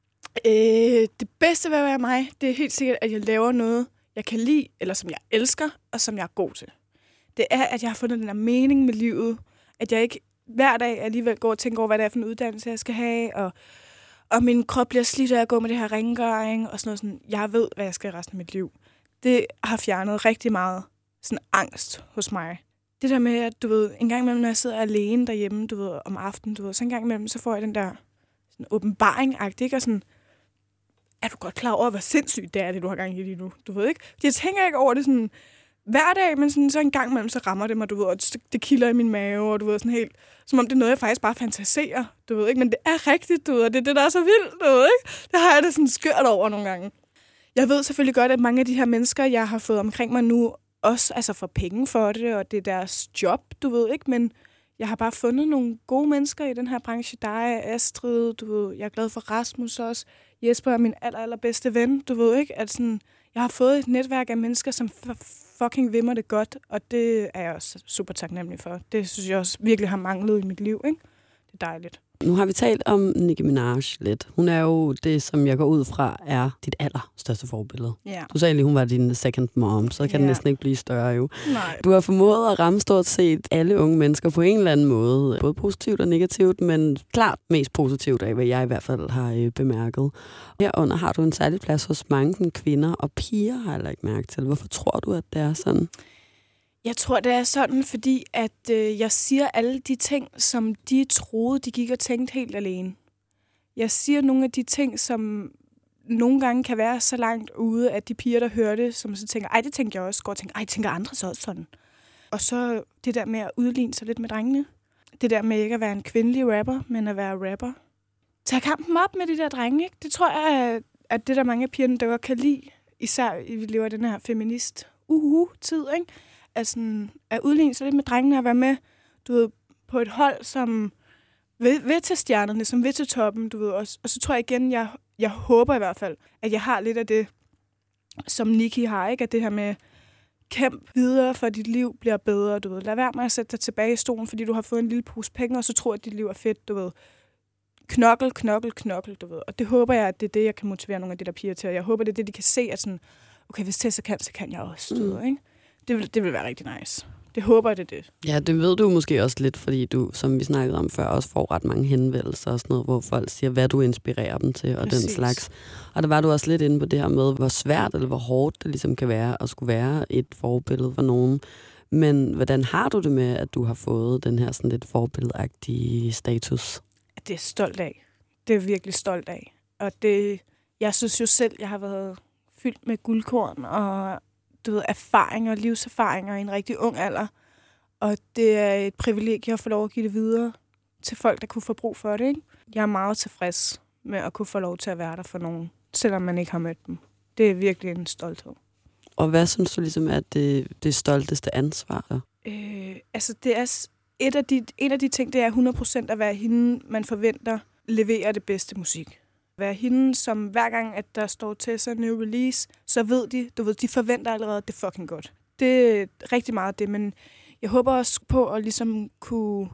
Speaker 2: Det bedste ved at være mig, det er helt sikkert, at jeg laver noget, jeg kan lide, eller som jeg elsker, og som jeg er god til. Det er, at jeg har fundet den der mening med livet, at jeg ikke hver dag alligevel går og tænker over, hvad det er for en uddannelse, jeg skal have, og min krop bliver slidt af at gå med det her rengøring, og sådan noget sådan. Jeg ved, hvad jeg skal i resten af mit liv. Det har fjernet rigtig meget sådan angst hos mig. Det der med, at du ved, en gang imellem, når jeg sidder alene derhjemme, du ved, om aftenen, du ved, så en gang imellem, så får jeg den der sådan åbenbaring-agtigt, ikke? Og sådan, er du godt klar over, hvor sindssygt det er, det du har gang i lige nu? Du ved ikke? Jeg tænker ikke over det sådan hver dag, men sådan, så en gang imellem, så rammer det mig, du ved, og det kilder i min mave, og du ved, sådan helt, som om det er noget, jeg faktisk bare fantaserer, du ved ikke? Men det er rigtigt, du ved, og det er det, der er så vildt, du ved ikke? Det har jeg det sådan skørt over nogle gange. Jeg ved selvfølgelig godt, at mange af de her mennesker, jeg har fået omkring mig nu, også altså får penge for det, og det er deres job, du ved ikke, men jeg har bare fundet nogle gode mennesker i den her branche. Der er Astrid, du ved, jeg er glad for Rasmus også. Jesper er min allerbedste ven, du ved ikke, at sådan, jeg har fået et netværk af mennesker, som fucking vil mig det godt, og det er jeg også super taknemmelig for. Det synes jeg også virkelig har manglet i mit liv, ikke? Det er dejligt.
Speaker 3: Nu har vi talt om Nicki Minaj lidt. Hun er jo det, som jeg går ud fra, er dit allerstørste forbillede.
Speaker 2: Ja.
Speaker 3: Du sagde lige, hun var din second mom, så kan det næsten ikke blive større jo.
Speaker 2: Nej.
Speaker 3: Du har formået at ramme stort set alle unge mennesker på en eller anden måde. Både positivt og negativt, men klart mest positivt af, hvad jeg i hvert fald har bemærket. Herunder har du en særlig plads hos mange kvinder og piger, har jeg lagt mærke til. Hvorfor tror du, at det er sådan?
Speaker 2: Jeg tror, det er sådan, fordi at jeg siger alle de ting, som de troede, de gik og tænkte helt alene. Jeg siger nogle af de ting, som nogle gange kan være så langt ude, at de piger, der hører det, som så tænker, ej, det tænker jeg også, går og tænker, ej, tænker andre så også sådan. Og så det der med at udligne sig lidt med drengene. Det der med ikke at være en kvindelig rapper, men at være rapper. Tag kampen op med de der drenge, ikke? Det tror jeg, at det der mange af pigerne, der godt kan lide, især vi lever den her feminist-tid, ikke? Altså, at udligne sig lidt med drengene og være med, du ved, på et hold, som vil til stjernerne, som vil til toppen, du ved. Og så tror jeg igen, jeg håber i hvert fald, at jeg har lidt af det, som Nicki har, ikke? At det her med, kæmp videre, for dit liv bliver bedre, du ved. Lad være med at sætte dig tilbage i stolen, fordi du har fået en lille pose penge, og så tror at dit liv er fedt, du ved. Knokkel, du ved. Og det håber jeg, at det er det, jeg kan motivere nogle af de der piger til. Og jeg håber, det er det, de kan se, at sådan, okay, hvis Tessa kan, så kan jeg også, du ved, ikke? Det vil være rigtig nice. Det håber jeg, det er det. Ja,
Speaker 3: det ved du måske også lidt, fordi du, som vi snakkede om før, også får ret mange henvendelser og sådan noget, hvor folk siger, hvad du inspirerer dem til, og den slags. Og der var du også lidt inde på det her med, hvor svært eller hvor hårdt det ligesom kan være at skulle være et forbillede for nogen. Men hvordan har du det med, at du har fået den her sådan lidt forbilledagtige status?
Speaker 2: Det er stolt af. Det er virkelig stolt af. Og jeg synes jo selv, jeg har været fyldt med guldkorn og du ved, erfaringer og livserfaringer i en rigtig ung alder. Og det er et privilegie at få lov at give det videre til folk, der kunne få brug for det, ikke? Jeg er meget tilfreds med at kunne få lov til at være der for nogen, selvom man ikke har mødt dem. Det er virkelig en stolthed.
Speaker 3: Og hvad synes du ligesom er det stolteste ansvar der?
Speaker 2: Altså, det er en af de ting, det er 100% at være hende, man forventer leverer det bedste musik. Være hende, som hver gang, at der står til sig new release, så ved de forventer allerede, at det er fucking godt. Det er rigtig meget det, men jeg håber også på at ligesom kunne...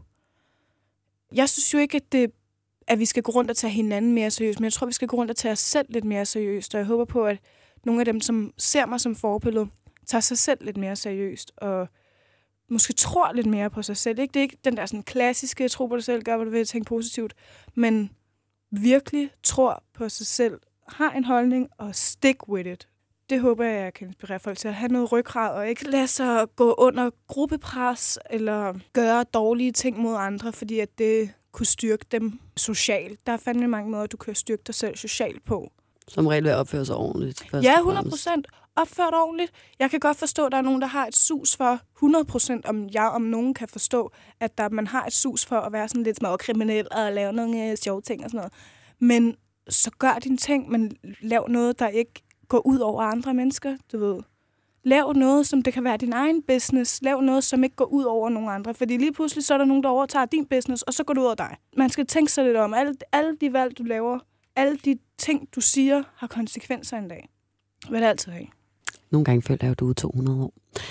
Speaker 2: Jeg synes jo ikke, at vi skal gå rundt og tage hinanden mere seriøst, men jeg tror, vi skal gå rundt og tage os selv lidt mere seriøst, og jeg håber på, at nogle af dem, som ser mig som forbillede, tager sig selv lidt mere seriøst, og måske tror lidt mere på sig selv. Ikke? Det er ikke den der sådan klassiske, tro på dig selv, gør hvad du vil, tænke positivt, men virkelig tror på sig selv, har en holdning og stick with it. Det håber jeg kan inspirere folk til at have noget ryggrad og ikke lade sig gå under gruppepres eller gøre dårlige ting mod andre, fordi at det kunne styrke dem socialt. Der er fandme mange måder, du kan styrke dig selv socialt på.
Speaker 3: Som regel vil opføre sig ordentligt.
Speaker 2: Ja, 100% opført ordentligt. Jeg kan godt forstå, at der er nogen, der har et sus for 100%, om jeg om nogen kan forstå, at man har et sus for at være sådan lidt småkriminel og lave nogle sjove ting og sådan noget. Men så gør dine ting, men lav noget, der ikke går ud over andre mennesker, du ved. Lav noget, som det kan være din egen business. Lav noget, som ikke går ud over nogen andre. Fordi lige pludselig så er der nogen, der overtager din business, og så går det ud over dig. Man skal tænke sig lidt om. Alle de valg, du laver, alle de ting, du siger, har konsekvenser en dag. Hvad det altid have.
Speaker 3: Nogle gange føler jeg, at du er 200 år.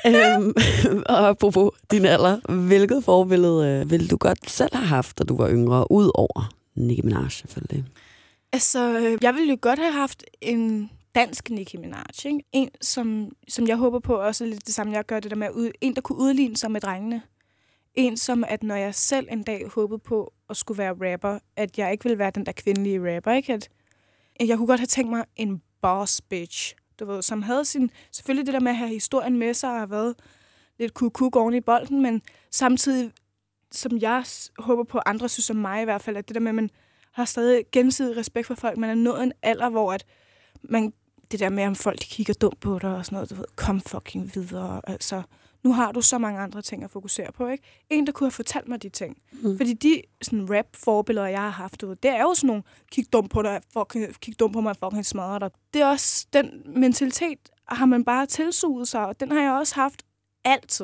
Speaker 3: Og apropos din alder, hvilket forbillede ville du godt selv have haft, da du var yngre, ud over Nicki Minaj selvfølgelig?
Speaker 2: Altså, jeg ville jo godt have haft en dansk Nicki Minaj, ikke? En, som jeg håber på, også lidt det samme, jeg gør det der med, en, der kunne udligne sig med drengene. En, som at når jeg selv en dag håbede på at skulle være rapper, at jeg ikke ville være den der kvindelige rapper, ikke? At jeg kunne godt have tænkt mig en boss bitch, du ved, som havde selvfølgelig det der med at have historien med sig og have været lidt kuk oven i bolden, men samtidig, som jeg håber på, andre synes om mig i hvert fald, at det der med, at man har stadig gensidig respekt for folk, man er nået en alder, hvor at man, det der med, om folk de kigger dumt på dig og sådan noget, du ved, kom fucking videre, altså. Nu har du så mange andre ting at fokusere på, ikke? En, der kunne have fortalt mig de ting. Fordi de sådan rap-forbilleder, jeg har haft, det er jo sådan nogle, kig dumt på dig, kig dumt på mig, fucking smadrer dig. Det er også, den mentalitet har man bare tilsuget sig, og den har jeg også haft altid.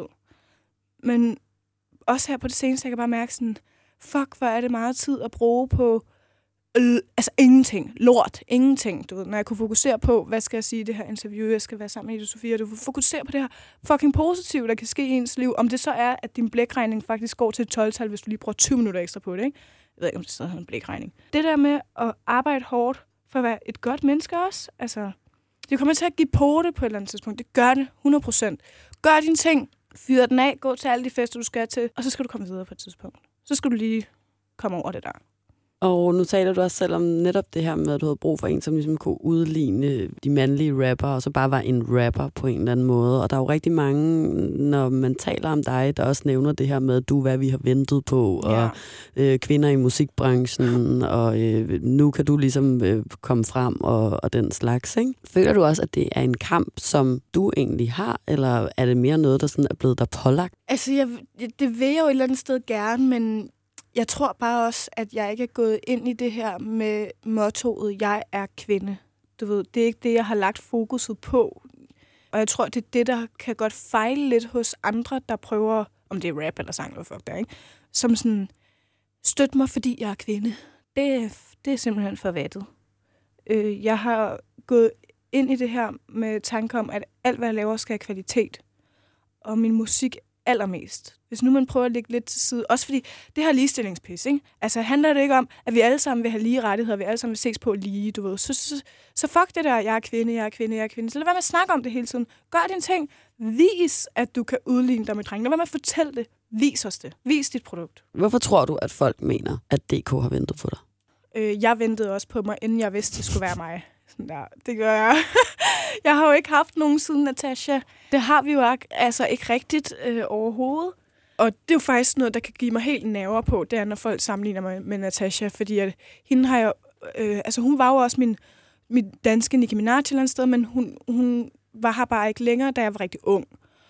Speaker 2: Men også her på det seneste, jeg kan bare mærke sådan, fuck, hvor er det meget tid at bruge på altså ingenting. Lort. Ingenting. Du ved, når jeg kunne fokusere på, hvad skal jeg sige i det her interview, jeg skal være sammen med Ida Sofia, du får fokusere på det her fucking positive, der kan ske i ens liv. Om det så er, at din blækregning faktisk går til et 12-tal, hvis du lige bruger 20 minutter ekstra på det, ikke? Jeg ved ikke, om det stadig hedder en blækregning. Det der med at arbejde hårdt for at være et godt menneske også, altså, det kommer til at give på det på et eller andet tidspunkt. Det gør det 100%. Gør dine ting. Fyr den af. Gå til alle de fester, du skal til. Og så skal du komme videre på et tidspunkt. Så skal du lige komme over det der.
Speaker 3: Og nu taler du også selv om netop det her med, at du havde brug for en, som ligesom kunne udligne de mandlige rapper, og så bare var en rapper på en eller anden måde. Og der er jo rigtig mange, når man taler om dig, der også nævner det her med, at du er, hvad vi har ventet på, og kvinder i musikbranchen, og nu kan du ligesom komme frem og den slags, ikke? Føler du også, at det er en kamp, som du egentlig har, eller er det mere noget, der sådan er blevet dig pålagt?
Speaker 2: Altså, det vil jeg jo et eller andet sted gerne, men jeg tror bare også, at jeg ikke er gået ind i det her med mottoet, jeg er kvinde. Du ved, det er ikke det, jeg har lagt fokuset på. Og jeg tror, det er det, der kan godt fejle lidt hos andre, der prøver, om det er rap eller sang, eller fuck der, ikke? Som sådan, støt mig, fordi jeg er kvinde. Det er simpelthen for vattet. Jeg har gået ind i det her med tanke om, at alt, hvad jeg laver, skal have kvalitet. Og min musik allermest. Hvis nu man prøver at lægge lidt til side, også fordi det her ligestillingspis, ikke? Altså handler det ikke om, at vi alle sammen vil have lige rettigheder, vi alle sammen vil ses på lige, du ved. Så fuck det der, jeg er kvinde, jeg er kvinde, jeg er kvinde. Så lad være med at snakke om det hele tiden. Gør dine ting. Vis, at du kan udligne dig med drenge. Lad være med at fortælle det. Vis os det. Vis dit produkt.
Speaker 3: Hvorfor tror du, at folk mener, at DK har ventet på dig?
Speaker 2: Jeg ventede også på mig, inden jeg vidste, det skulle være mig. Sådan der. Det gør jeg. Jeg har jo ikke haft nogen siden Natasha. Det har vi jo altså ikke rigtigt overhovedet. Og det er jo faktisk noget, der kan give mig helt nerver på, det er, når folk sammenligner mig med Natasha, fordi at hende har jeg altså hun var jo også min danske Nicki Minaj et eller andet sted, men hun var her bare ikke længere, da jeg var rigtig ung.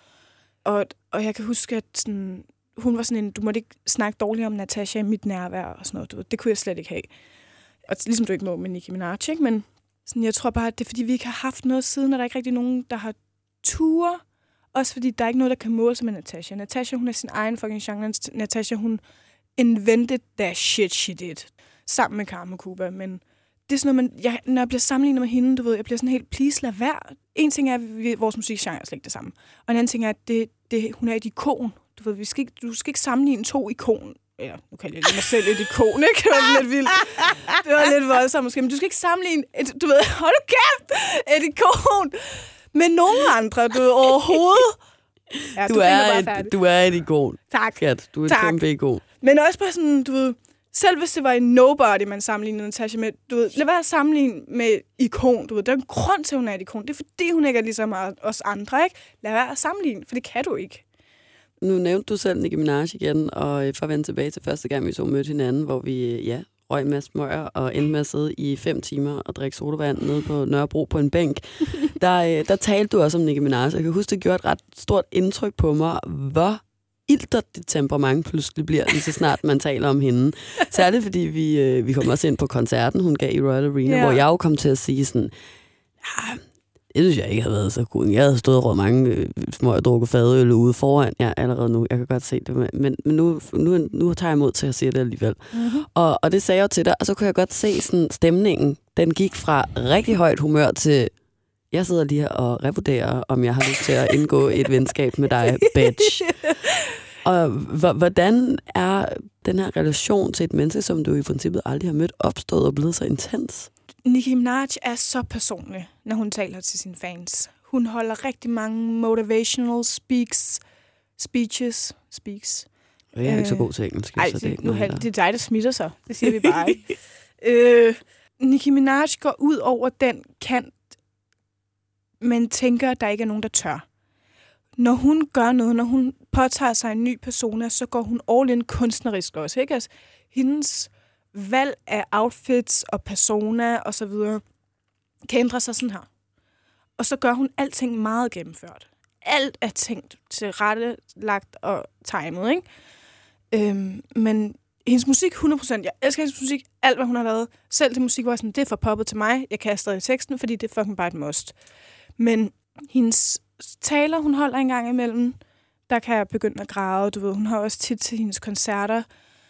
Speaker 2: Og jeg kan huske, at sådan, hun var sådan en, du måtte ikke snakke dårligt om Natasha i mit nærvær og sådan noget. Det kunne jeg slet ikke have. Og ligesom du ikke må med Nicki Minaj, ikke? Men sådan, jeg tror bare, at det er, fordi vi ikke har haft noget siden, og der er ikke rigtig nogen, der har ture. Også fordi der er ikke noget, der kan måle sig med Natasha. Natasha, hun er sin egen fucking genre. Natasha, hun invented that shit she did. Sammen med Karma Cuba. Men det er sådan noget, når jeg bliver sammenlignet med hende, du ved, jeg bliver sådan helt, please lad være. En ting er, at vores musikgenre er slet ikke det samme. Og en anden ting er, at hun er et ikon. Du ved, du skal ikke sammenligne to ikon. Ja, nu kan jeg lige mig selv et ikon, ikke? Det var lidt vildt. Det var lidt voldsomt måske. Men du skal ikke sammenligne du ved, hold kæft, et ikon med nogen andre, du ved, overhovedet. Ja,
Speaker 3: du er et ikon.
Speaker 2: Tak.
Speaker 3: Kat, du er et kæmpe ikon.
Speaker 2: Men også bare sådan, du ved, selv hvis det var en nobody, man sammenlignede Natasha med, du ved, lad være at sammenligne med ikon, du ved. Der er en grund til, at hun er et ikon. Det er fordi, hun ikke er ligesom os andre, ikke? Lad være at sammenligne, for det kan du ikke.
Speaker 3: Nu nævnte du selv Nicki Minaj igen, og for at vende tilbage til første gang, vi så mødte hinanden, hvor vi, røg en masse smøger og endte med at sidde i 5 timer og drikke sodavand nede på Nørrebro på en bænk. Der talte du også om Nicki Minaj. Jeg kan huske, det gjorde et ret stort indtryk på mig, hvor iltert det temperament pludselig bliver, lige så snart man taler om hende. Særligt fordi vi kom også ind på koncerten, hun gav i Royal Arena, hvor jeg jo kom til at sige sådan, det synes jeg ikke havde været så god. Jeg havde stået og råd mange små og drukket fadøl ude foran jer allerede nu. Jeg kan godt se det. Men nu tager jeg mod til at sige det alligevel. Mm-hmm. Og det sagde jeg jo til dig, og så kunne jeg godt se sådan, stemningen. Den gik fra rigtig højt humør til Jeg sidder lige her og revurderer, om jeg har lyst til at indgå et venskab med dig, bitch. Og hvordan er den her relation til et menneske, som du i princippet aldrig har mødt, opstået og blevet så intens?
Speaker 2: Nicki Minaj er så personlig, når hun taler til sine fans. Hun holder rigtig mange motivational speaks.
Speaker 3: Jeg er ikke så god til engelsk.
Speaker 2: Ej,
Speaker 3: så det er ikke
Speaker 2: det er dig, der smitter sig. Det siger vi bare ikke. Nicki Minaj går ud over den kant, men tænker, at der ikke er nogen, der tør. Når hun gør noget, når hun påtager sig en ny persona, så går hun all in kunstnerisk også. Ikke? Altså, hendes valg af outfits og persona og så videre kan ændre sig sådan her. Og så gør hun alting meget gennemført. Alt er tænkt til rette, lagt og timet, ikke? Men hendes musik, 100%. Jeg elsker hendes musik. Alt, hvad hun har lavet. Selv til musik var sådan, det er for poppet til mig. Jeg kaster i teksten, fordi det er fucking bare et must. Men hendes taler, hun holder en gang imellem, der kan jeg begynde at græde. Du ved, hun har også tit til hendes koncerter,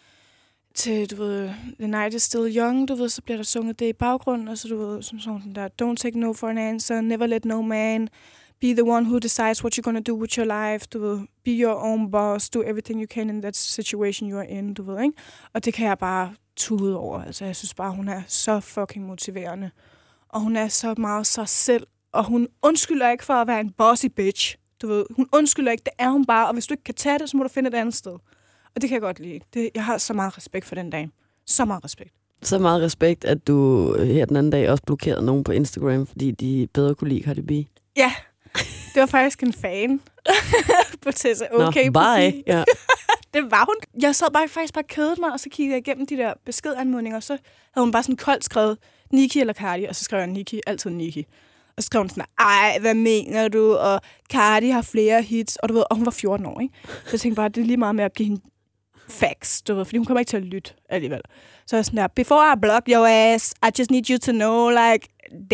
Speaker 2: til, du ved, The Night is Still Young, du ved, så bliver der sunget det i baggrunden, og så, du ved, sådan der, don't take no for an answer, never let no man, be the one who decides what you're gonna do with your life, du ved, be your own boss, do everything you can in that situation you are in, du ved, ikke? Og det kan jeg bare tude over, altså jeg synes bare, hun er så fucking motiverende, og hun er så meget sig selv, og hun undskylder ikke for at være en bossy bitch, du ved, hun undskylder ikke, det er hun bare, og hvis du ikke kan tage det, så må du finde et andet sted. Og det kan jeg godt lide. Jeg har så meget respekt for den dag. Så meget respekt. Så meget respekt, at du her den anden dag også blokerede nogen på Instagram, fordi de bedre kunne lide Cardi B. Ja, det var faktisk en fan på Tessa. Okay, bye. Ja. Det var hun. Jeg sad faktisk bare kædet mig, og så kiggede jeg igennem de der beskedanmodninger, og så havde hun bare sådan koldt skrevet Nicki eller Cardi, og så skrev jeg Nicki, altid Nicki. Og så skrev hun sådan, ej, hvad mener du? Og Cardi har flere hits, og du ved, og hun var 14 år, ikke? Så jeg tænkte bare, det er lige meget med at give hende facts, du ved, fordi hun kommer ikke til at lytte alligevel. Så jeg sådan der, before I block your ass, I just need you to know, like,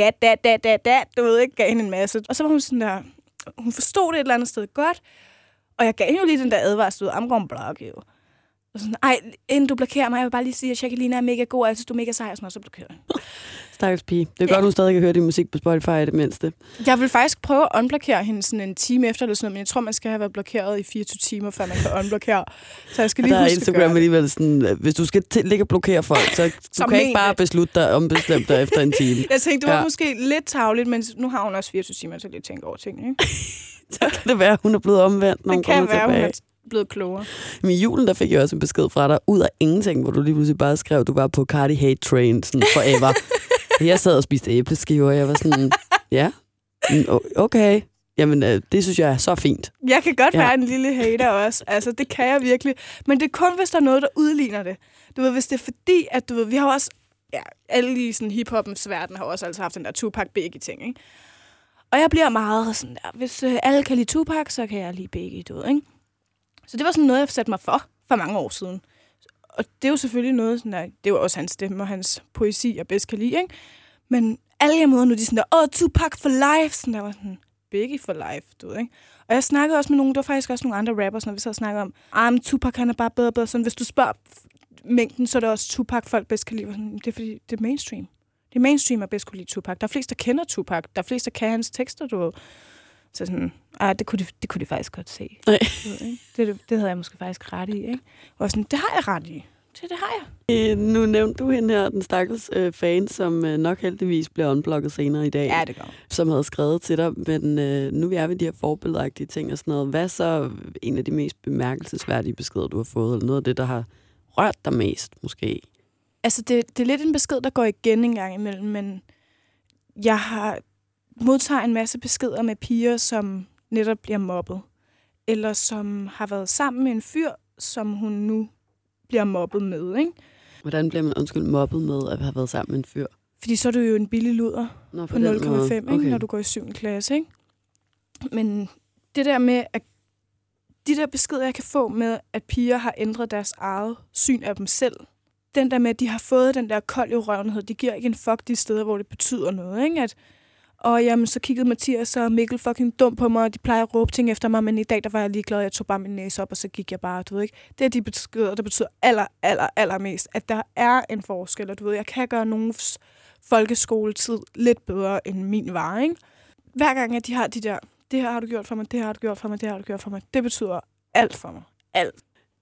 Speaker 2: that, du ved ikke, gav hende en masse. Og så var hun sådan der, hun forstod det et eller andet sted godt, og jeg gav hende jo lige den der advarsel, I'm gonna block you. Og sådan, ej, inden du blokerer mig, jeg vil bare lige sige, at Jacqueline er mega god, altså du er mega sej, og sådan noget, så blokerer jeg. Stakkels pige. Det er godt, hun stadig kan høre din musik på Spotify i det mindste. Jeg vil faktisk prøve at unblokere hende sådan en time efter, eller sådan noget, men jeg tror, man skal have været blokeret i 24 timer, før man kan unblokere. Så jeg skal lige huske Instagram alligevel sådan, hvis du skal ligge og blokere folk, så du kan ikke bare beslutte dig ombestemt dig efter en time. Jeg tænkte, det var måske lidt tarveligt, men nu har hun også 24 timer til at tænke over tingene, ikke? Så kan det være, hun er blevet omvendt, når hun kommer tilbage. Det kan være, hun er blevet klogere. Men i julen, der fik jeg også en besked fra dig, ud af ingenting, hvor du lige pludselig bare skrev, du var på Cardi Hate Train, sådan forever. Jeg sad og spiste æbleskiver, og jeg var sådan, ja, okay. Jamen, det synes jeg er så fint. Jeg kan godt være en lille hater også. Altså, det kan jeg virkelig. Men det er kun, hvis der er noget, der udligner det. Du ved, hvis det er fordi, at du ved, vi har også, ja, alle i sådan hip-hopens verden har også altså haft den der Tupac Biggie-ting, ikke? Og jeg bliver meget sådan der, hvis alle kan lide Tupac, så kan jeg lide Biggie, du ved, ikke? Så det var sådan noget, jeg satte mig for mange år siden. Og det er jo selvfølgelig noget, sådan der, det var også hans stemme og hans poesi, jeg bedst kan lide, ikke? Men alle jeg møder nu, de er sådan der, Tupac for life, sådan der var sådan, Biggie for life, du ved, ikke? Og jeg snakkede også med nogen, der var faktisk også nogle andre rappers, når vi så snakkede om, Tupac, han er bare bedre, sådan, hvis du spørger mængden, så er det også Tupac, folk bedst kan lide. Sådan, det er fordi, det er mainstream. Det er mainstream, at bedst kunne lide Tupac. Der er flest, der kender Tupac. Der er flest, der kan hans tekster, du ved. Så sådan, det kunne de faktisk godt se. Nej. Det havde jeg måske faktisk ret i, ikke? Og sådan, det har jeg ret i. Det har jeg. Nu nævnte du hende her, den stakkels fan, som nok heldigvis bliver unblocket senere i dag. Ja, det går. Som havde skrevet til dig, men nu er vi de her forbilledagtige ting og sådan noget. Hvad er så en af de mest bemærkelsesværdige beskeder, du har fået? Eller noget af det, der har rørt dig mest, måske? Altså, det er lidt en besked, der går igen en gang imellem, men jeg har modtager en masse beskeder med piger, som netop bliver mobbet. Eller som har været sammen med en fyr, som hun nu bliver mobbet med, ikke? Hvordan bliver man, mobbet med at have været sammen med en fyr? Fordi så er du jo en billig luder på 0,5, ikke? Når du går i 7. klasse, ikke? Men det der med, at de der beskeder, jeg kan få med, at piger har ændret deres eget syn af dem selv, den der med, at de har fået den der kold i røvenhed, de giver ikke en fuck de steder, hvor det betyder noget, ikke? Og jamen, så kiggede Mathias og Mikkel fucking dum på mig, og de plejer at råbe ting efter mig, men i dag, der var jeg ligeglad, jeg tog bare min næse op, og så gik jeg bare, du ved ikke. Det er de beskeder, der betyder allermest, at der er en forskel, og du ved, jeg kan gøre nogens folkeskoletid lidt bedre end min var, ikke? hver gang, at de har de der, det her har du gjort for mig, det her har du gjort for mig, det her har du gjort for mig, det betyder alt for mig. Alt.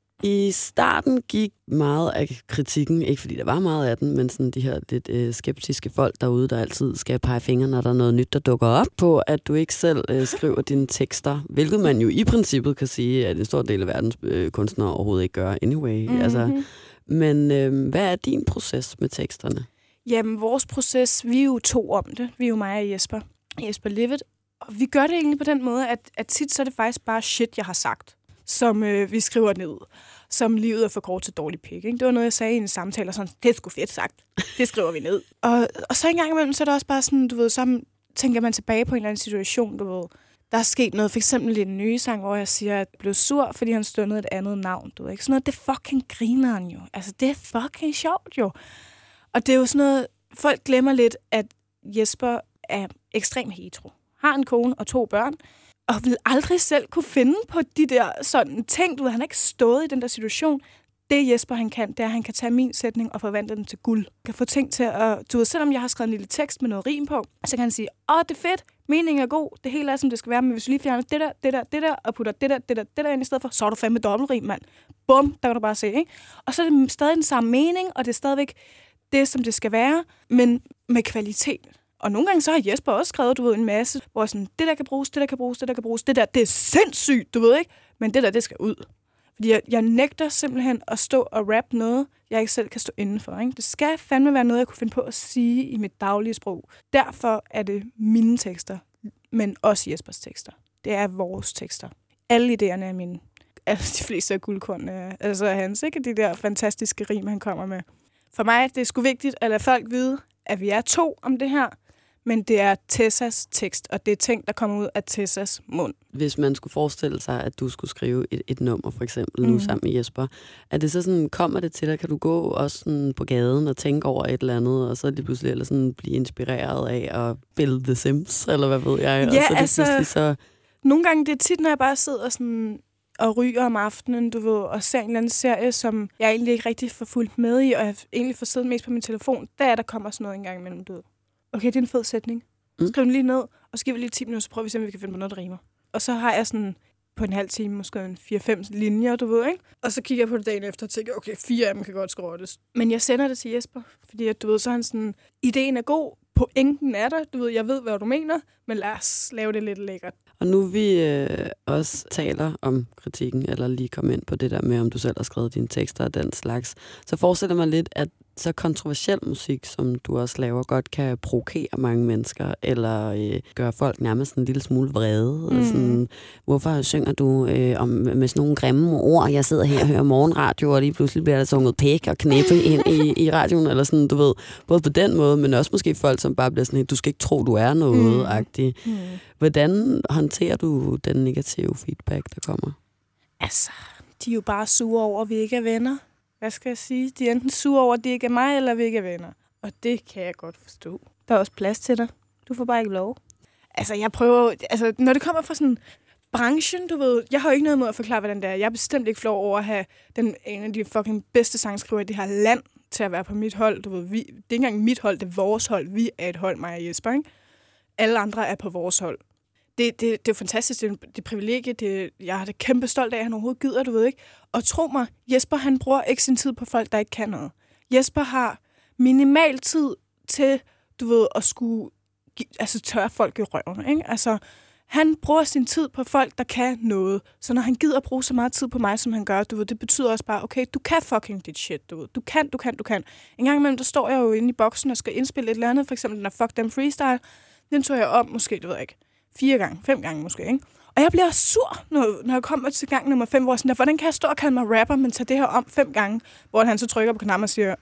Speaker 3: I starten gik meget af kritikken, ikke fordi der var meget af den, men sådan de her lidt skeptiske folk derude, der altid skal pege fingre, når der er noget nyt, der dukker op på, at du ikke selv skriver dine tekster, hvilket man jo i princippet kan sige, at en stor del af verdens kunstnere overhovedet ikke gør anyway. Mm-hmm. Altså, men hvad er din proces med teksterne?
Speaker 2: Jamen, vores proces, vi er jo 2 om det. Vi er jo mig og Jesper Livet. Og vi gør det egentlig på den måde, at tit så er det faktisk bare shit, jeg har sagt, som vi skriver ned. Som livet er for kort til dårlig pik. Ikke? Det var noget, jeg sagde i en samtale, og sådan, det er sgu fedt sagt. Det skriver vi ned. Og så en gang imellem, så er det også bare sådan, du ved, så tænker man tilbage på en eller anden situation, du ved. Der er sket noget, for eksempel i den nye sang, hvor jeg siger, at jeg blev sur, fordi han stønnede et andet navn. Du ved ikke? Sådan noget, det fucking grineren jo. Altså, det er fucking sjovt jo. Og det er jo sådan noget, folk glemmer lidt, at Jesper er ekstremt hetero. Har en kone og 2 børn, og vil aldrig selv kunne finde på de der sådan ting. Du ved, han har ikke stået i den der situation. Det Jesper han kan, det er, at han kan tage min sætning og forvandle den til guld. Kan få ting til at... Du ved, selvom jeg har skrevet en lille tekst med noget rim på, så kan han sige, det er fedt, meningen er god, det hele er, som det skal være, men hvis du lige fjerner det der, og putter det der ind i stedet for, så er du fandme dobbeltrim, mand. Bum, der kan du bare se, ikke? Og så er det stadig den samme mening, og det er stadigvæk det, som det skal være, men med kvalitet. Og nogle gange så har Jesper også skrevet, du ved, en masse, hvor sådan, det der kan bruges, det der kan bruges, det der kan bruges, det der, det er sindssygt, du ved ikke, men det der, det skal ud. Fordi jeg nægter simpelthen at stå og rappe noget, jeg ikke selv kan stå indenfor. Ikke? Det skal fandme være noget, jeg kunne finde på at sige i mit daglige sprog. Derfor er det mine tekster, men også Jespers tekster. Det er vores tekster. Alle idéerne er mine. Altså de fleste af guldkornene er altså hans, ikke? De der fantastiske rim, han kommer med. For mig det er sgu vigtigt at lade folk vide, at vi er 2 om det her, men det er Tessas tekst, og det er ting, der kommer ud af Tessas mund. Hvis
Speaker 3: man skulle forestille sig, at du skulle skrive et nummer, for eksempel, nu sammen med Jesper, er det så sådan, kommer det til dig? Kan du gå også sådan på gaden og tænke over et eller andet, og så lige pludselig eller sådan blive inspireret af at build The Sims, eller hvad ved jeg?
Speaker 2: Ja,
Speaker 3: og så
Speaker 2: altså,
Speaker 3: så...
Speaker 2: nogle gange det er tit, når jeg bare sidder sådan og ryger om aftenen, du ved, og ser en eller anden serie, som jeg egentlig ikke rigtig får fulgt med i, og jeg egentlig får siddet mest på min telefon, der kommer sådan noget en gang imellem, du ved. Okay, det er en fed sætning. Skriv den lige ned, og så giver vi lige 10 minutter, så prøver vi se, om vi kan finde på noget, der rimer. Og så har jeg sådan på en halv time, måske en 4-5 linjer, du ved, ikke? Og så kigger jeg på det dagen efter og tænker, okay, 4 af dem kan godt skrottes. Men jeg sender det til Jesper, fordi at, du ved, så er han sådan, ideen er god, pointen er der, du ved, jeg ved, hvad du mener, men lad os lave det lidt lækkert.
Speaker 3: Og nu vi også taler om kritikken, eller lige komme ind på det der med, om du selv har skrevet dine tekster og den slags, så forestiller mig lidt, at så kontroversiel musik, som du også laver, godt kan provokere mange mennesker, eller gøre folk nærmest en lille smule vrede. Sådan, hvorfor synger du med sådan nogle grimme ord? Jeg sidder her og hører morgenradio, og lige pludselig bliver der sunget pæk og knæppe ind i radioen, eller sådan, du ved, både på den måde, men også måske folk, som bare bliver sådan, du skal ikke tro, du er noget-agtig. Hvordan håndterer du den negative feedback, der kommer?
Speaker 2: Altså, de er jo bare sure over, at vi ikke er venner. Hvad skal jeg sige? De er enten sure over, at de ikke er mig, eller vi ikke er venner. Og det kan jeg godt forstå. Der er også plads til dig. Du får bare ikke lov. Altså, jeg prøver... Altså, når det kommer fra sådan branchen, du ved... Jeg har jo ikke noget mod at forklare, hvordan det er. Jeg er bestemt ikke flov over at have en af de fucking bedste sangskrivere i det her land til at være på mit hold. Du ved, det er ikke engang mit hold, det er vores hold. Vi er et hold, mig og Jesper, ikke? Alle andre er på vores hold. Det er jo fantastisk, det privilegie, jeg har det kæmpe stolt af, at han overhovedet gider, du ved ikke. Og tro mig, Jesper han bruger ikke sin tid på folk, der ikke kan noget. Jesper har minimal tid til, du ved, at skulle tørre folk i røven, ikke? Altså, han bruger sin tid på folk, der kan noget. Så når han gider at bruge så meget tid på mig, som han gør, du ved, det betyder også bare, okay, du kan fucking dit shit, du ved. Du kan. En gang imellem, der står jeg jo inde i boksen og skal indspille et eller andet, for eksempel den der Fuck Them Freestyle. Den tog jeg om, måske, du ved ikke. 4 gange, 5 gange måske, ikke? Og jeg bliver sur, når jeg kommer til gang nummer 5, hvor sådan der, hvordan kan jeg stå og kalde mig rapper, men tage det her om 5 gange, hvor han så trykker på knappen og siger,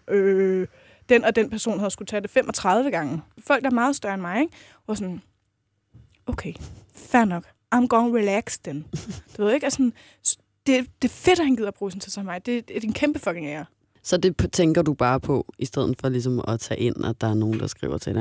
Speaker 2: den og den person havde skulle tage det 35 gange. Folk, der er meget større end mig, ikke? Og sådan, okay, fair nok. I'm gonna relax den. Du ved ikke? Altså, det er fedt, at han gider at bruge sin tid som mig. Det er en kæmpe fucking ære.
Speaker 3: Så det tænker du bare på, i stedet for ligesom at tage ind, at der er nogen, der skriver til dig,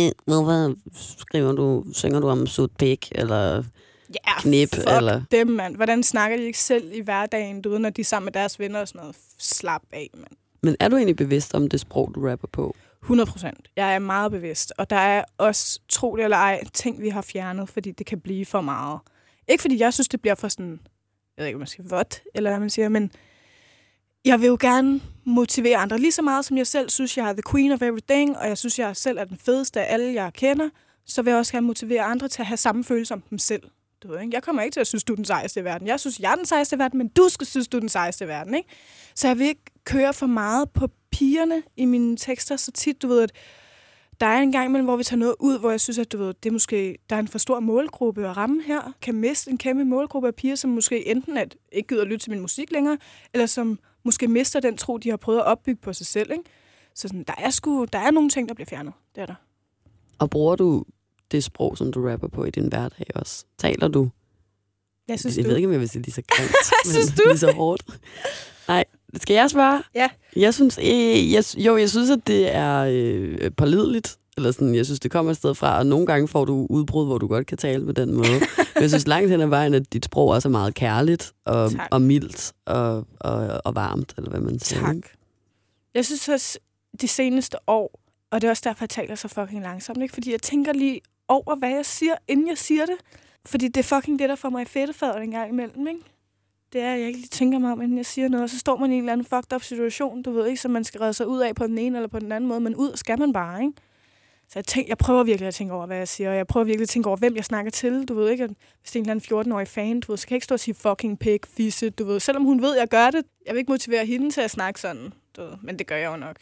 Speaker 3: hvorfor synger du om sut pik, eller knip, eller...
Speaker 2: dem, mand. Hvordan snakker de ikke selv i hverdagen, du ved, når de er sammen med deres venner og sådan noget? Slap af, mand.
Speaker 3: Men er du egentlig bevidst om det sprog, du rapper på?
Speaker 2: 100%. Jeg er meget bevidst, og der er også, tro det eller ej, ting, vi har fjernet, fordi det kan blive for meget. Ikke fordi jeg synes, det bliver for sådan, jeg ved ikke, om man siger vådt, eller hvad man siger, men jeg vil jo gerne motivere andre lige så meget, som jeg selv synes, jeg er the queen of everything, og jeg synes, jeg selv er den fedeste af alle, jeg kender, så vil jeg også gerne motivere andre til at have samme følelse som dem selv. Du ved, ikke? Jeg kommer ikke til at synes, du er den sejeste i verden. Jeg synes, jeg er den sejeste i verden, men du skal synes, du er den sejeste i verden. Ikke? Så jeg vil ikke køre for meget på pigerne i mine tekster så tit, du ved, at der er en gang imellem, hvor vi tager noget ud, hvor jeg synes, at du ved, det er måske, der er en for stor målgruppe at ramme her. Kan miste en kæmpe målgruppe af piger, som måske enten at ikke gider at lytte til min musik længere, eller som måske mister den tro, de har prøvet at opbygge på sig selv. Ikke? Så sådan, der er nogle ting, der bliver fjernet. Det er der.
Speaker 3: Og bruger du det sprog, som du rapper på i din hverdag også? Taler du?
Speaker 2: Jeg synes,
Speaker 3: jeg ved ikke, om jeg vil sige lige så grimt,
Speaker 2: synes
Speaker 3: men
Speaker 2: du?
Speaker 3: lige så hårdt. Nej, skal jeg svare?
Speaker 2: Ja.
Speaker 3: Jeg synes, jeg synes, at det er pålideligt. Eller sådan, jeg synes, det kommer et sted fra, og nogle gange får du udbrud, hvor du godt kan tale på den måde. Men jeg synes langt hen ad vejen, at dit sprog også er meget kærligt og mildt og varmt, eller hvad man siger.
Speaker 2: Tak. Jeg synes også, de seneste år, og det er også derfor, jeg taler så fucking langsomt, ikke? Fordi jeg tænker lige over, hvad jeg siger, inden jeg siger det. Fordi det er fucking det, der får mig i fedtefadet en gang imellem, ikke? Det er, at jeg ikke lige tænker mig om, inden jeg siger noget, og så står man i en eller anden fucked up situation, du ved ikke, som man skal redde sig ud af på den ene eller på den anden måde, men ud skal man bare, ikke? Så jeg prøver virkelig at tænke over, hvad jeg siger, og jeg prøver virkelig at tænke over, hvem jeg snakker til, du ved ikke, at hvis det er en eller anden 14-årig fan, du ved, så kan jeg ikke stå og sige fucking pig, fisse, du ved, selvom hun ved, at jeg gør det. Jeg vil ikke motivere hende til at snakke sådan, du ved, men det gør jeg jo nok.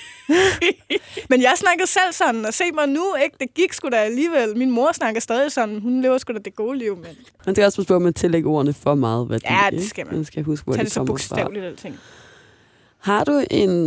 Speaker 2: Men jeg snakker selv sådan, og se mig nu, ikke? Det gik sgu da alligevel. Min mor snakker stadig sådan, hun lever sgu da det gode liv, men...
Speaker 3: Man skal også spørge, om man tillægger ordene for meget værdi.
Speaker 2: Ja, det skal man.
Speaker 3: Man skal huske, hvor
Speaker 2: det
Speaker 3: det kommer fra.
Speaker 2: Så bogstaveligt, alting.
Speaker 3: Har du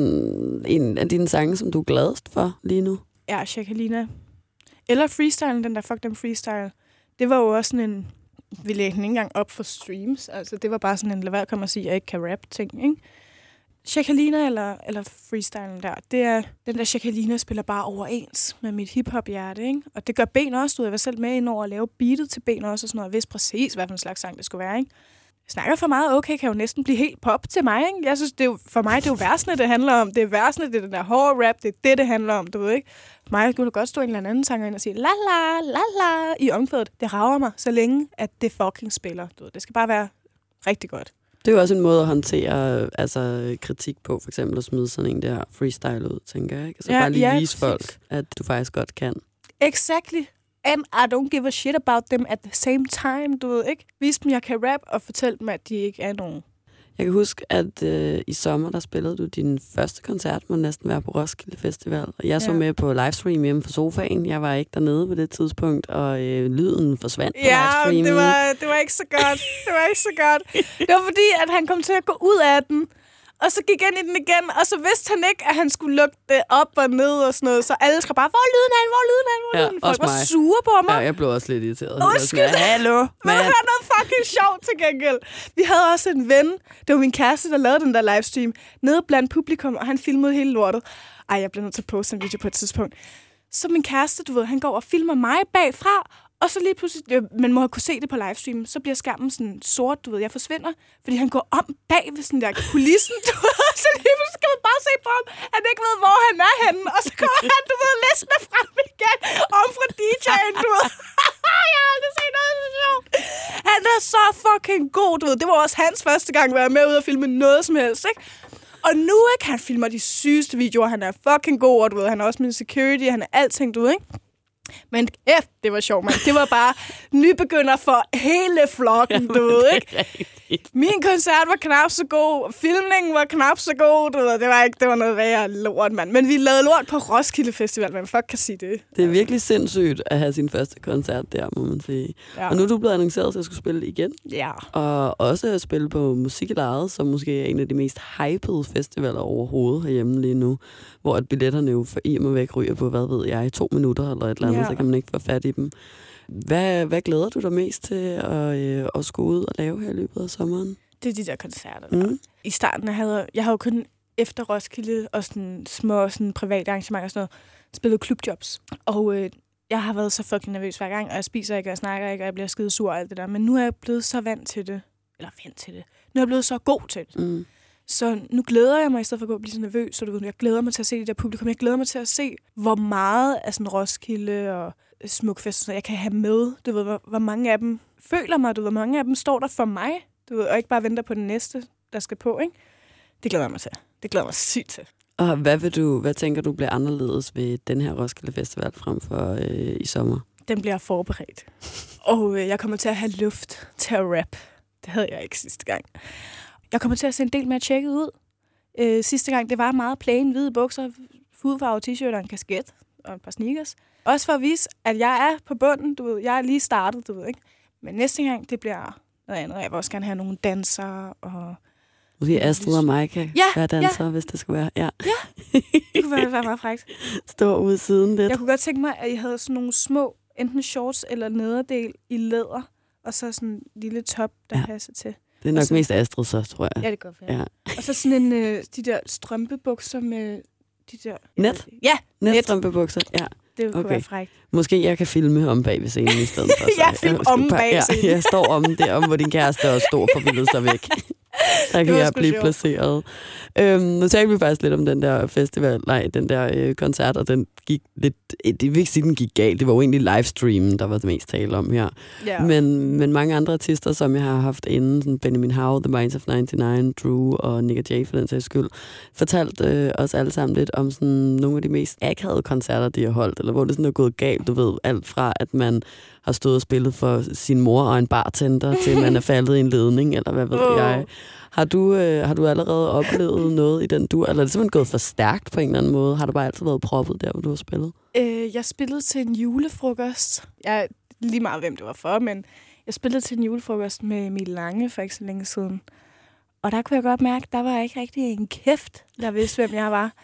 Speaker 3: en af dine sange, som du er gladest for lige nu?
Speaker 2: Ja, Jacqueline. Eller freestyle, den der fuck dem freestyle. Det var jo også sådan en... Vi lagde den ikke engang op for streams. Altså, det var bare sådan en, lad være komme og sige, at jeg ikke kan rap ting, ikke? Jacqueline eller freestylen der, det er, den der Jacqueline spiller bare overens med mit hiphop-hjerte, ikke? Og det gør Ben også, jeg var selv med ind over at lave beatet til Ben også, og sådan noget. Jeg vidste præcis, hvad for en slags sang det skulle være, ikke? Jeg snakker for meget, okay, kan jo næsten blive helt pop til mig, ikke? Jeg synes, det er jo, for mig, det er jo versene, det handler om. Det er versene, det er den der hårde rap, det er det handler om, du ved, ikke? For mig kunne du godt stå en eller anden sanger ind og sige, la la, la la, i omkvædet. Det rager mig, så længe, at det fucking spiller, du ved. Det skal bare være rigtig godt.
Speaker 3: Det er jo også en måde at håndtere kritik på, for eksempel at smide sådan en der freestyle ud, tænker jeg, ikke? Altså bare lige vise folk, at du faktisk godt kan.
Speaker 2: Exactly. And I don't give a shit about them at the same time, du ved ikke? Vis dem, jeg kan rap, og fortæl dem, at de ikke er nogen.
Speaker 3: Jeg kan huske, at i sommer, der spillede du din første koncert, må næsten være på Roskilde Festival. Og jeg så med på livestream hjemme fra sofaen. Jeg var ikke dernede på det tidspunkt, og lyden forsvandt på livestreamen.
Speaker 2: Ja, det var ikke så godt. Det var ikke så godt. Det var fordi, at han kom til at gå ud af den. Og så gik han i den igen, og så vidste han ikke, at han skulle lukke det op og ned og sådan noget. Så alle skal bare, hvor er lyden af? Hvor er lyden af? Hvor er lyden? Folk var sure på mig.
Speaker 3: Ja, jeg blev også lidt irriteret.
Speaker 2: Undskyld.
Speaker 3: Hallo,
Speaker 2: men du har noget fucking sjovt til gengæld. Vi havde også en ven, det var min kæreste, der lavede den der livestream, nede blandt publikum, og han filmede hele lortet. Ej, jeg bliver nødt til at poste en video på et tidspunkt. Så min kæreste, du ved, han går og filmer mig bagfra, og så lige pludselig, man må have kunne se det på livestreamen, så bliver skærmen sådan sort, du ved, jeg forsvinder, fordi han går om bag ved sådan der kulissen, du ved, så lige pludselig skal man bare se på ham, han ikke ved, hvor han er henne, og så kommer han, du ved, listende frem igen, om fra DJ'en, du ved. Jeg har aldrig set noget så sjovt. Han er så fucking god, du ved, det var også hans første gang at være med ud og filme noget som helst, ikke? Og nu, ikke, han filmer de sygeste videoer, han er fucking god, og du ved, han er også min security, han er alting, du ved, ikke? Men det var sjovt, mand. Det var bare nybegynder for hele flokken, du ved, ikke? Min koncert var knap så god, filmningen var knap så god, du ved, det var noget værre lort, mand. Men vi lavede lort på Roskilde Festival, man fuck kan sige det.
Speaker 3: Det er virkelig sindssygt at have sin første koncert der, må man sige. Ja. Og nu er du blevet annonceret, så jeg skulle spille igen.
Speaker 2: Ja.
Speaker 3: Og også at spille på Musik i Lejet, som måske er en af de mest hypede festivaler overhovedet herhjemme lige nu. Hvor at billetterne jo for i og væk ryger på, hvad ved jeg, i 2 minutter eller et eller andet, så kan man ikke få fat i dem. Hvad glæder du dig mest til at skulle ud og lave her i løbet af sommeren?
Speaker 2: Det er de der koncerter. Der. I starten havde jeg jo kun efter Roskilde og sådan små sådan private arrangementer og sådan noget, spillet klubjobs. Og jeg har været så fucking nervøs hver gang, og jeg spiser ikke, og jeg snakker ikke, og jeg bliver skide sur og alt det der. Men nu er jeg blevet så vant til det. Eller vant til det. Nu er jeg blevet så god til det. Så nu glæder jeg mig, i stedet for at blive så nervøs, så du ved, jeg glæder mig til at se det der publikum. Jeg glæder mig til at se, hvor meget af sådan Roskilde og Smukfest, så jeg kan have med. Du ved, hvor mange af dem føler mig, du ved, hvor mange af dem står der for mig, du ved, og ikke bare venter på den næste, der skal på, ikke? Det glæder jeg mig til. Det glæder jeg mig sygt til.
Speaker 3: Og hvad tænker du bliver anderledes ved den her Roskilde Festival frem for i sommer?
Speaker 2: Den bliver forberedt. Og jeg kommer til at have luft til at rap. Det havde jeg ikke sidste gang. Jeg kommer til at se en del mere tjekket ud. Sidste gang, det var meget plain, hvide bukser, hudfarvet t-shirt og en kasket og et par sneakers. Også for at vise, at jeg er på bunden, du ved. Jeg er lige startet, du ved, ikke? Men næste gang, det bliver noget andet. Jeg vil også gerne have nogle dansere og...
Speaker 3: Måske Astrid og mig kan være dansere, hvis det skal være. Ja.
Speaker 2: Det kunne være meget frækt.
Speaker 3: Stå ude siden lidt.
Speaker 2: Jeg kunne godt tænke mig, at I havde sådan nogle små, enten shorts eller nederdel i læder, og så sådan en lille top, der passer til.
Speaker 3: Det er nok mest Astrid så, tror jeg.
Speaker 2: Ja, det kan godt være. Ja. Og så sådan en, de der strømpebukser med de der...
Speaker 3: Net?
Speaker 2: Ja,
Speaker 3: netstrømpebukser, ja.
Speaker 2: Det kunne være frækt.
Speaker 3: Måske jeg kan filme om bag ved scenen i stedet for.
Speaker 2: Ja, film om bag scenen.
Speaker 3: Jeg står om hvor din kæreste også står forvildet sig væk. Der kan jeg blive placeret. Nu talte vi faktisk lidt om den der festival, den der koncert, og den gik lidt... Det vil ikke sige, den gik galt. Det var jo egentlig livestreamen, der var det mest tale om her. Yeah. Men mange andre artister, som jeg har haft inden, sådan Benjamin Howe, The Minds of 99, Drew og Nick Jay for den sags skyld, fortalte os alle sammen lidt om sådan nogle af de mest akavede koncerter, de har holdt, eller hvor det sådan er gået galt, du ved, alt fra at man har stået og spillet for sin mor og en bartender, til man er faldet i en ledning, eller hvad ved jeg. Har du allerede oplevet noget i den eller er det simpelthen gået for stærkt på en eller anden måde? Har du bare altid været proppet der, hvor du har spillet?
Speaker 2: Jeg spillede til en julefrokost. Jeg lige meget, hvem det var for, men jeg spillede til en julefrokost med Emil Lange for ikke så længe siden. Og der kunne jeg godt mærke, at der var ikke rigtig en kæft, der vidste, hvem jeg var.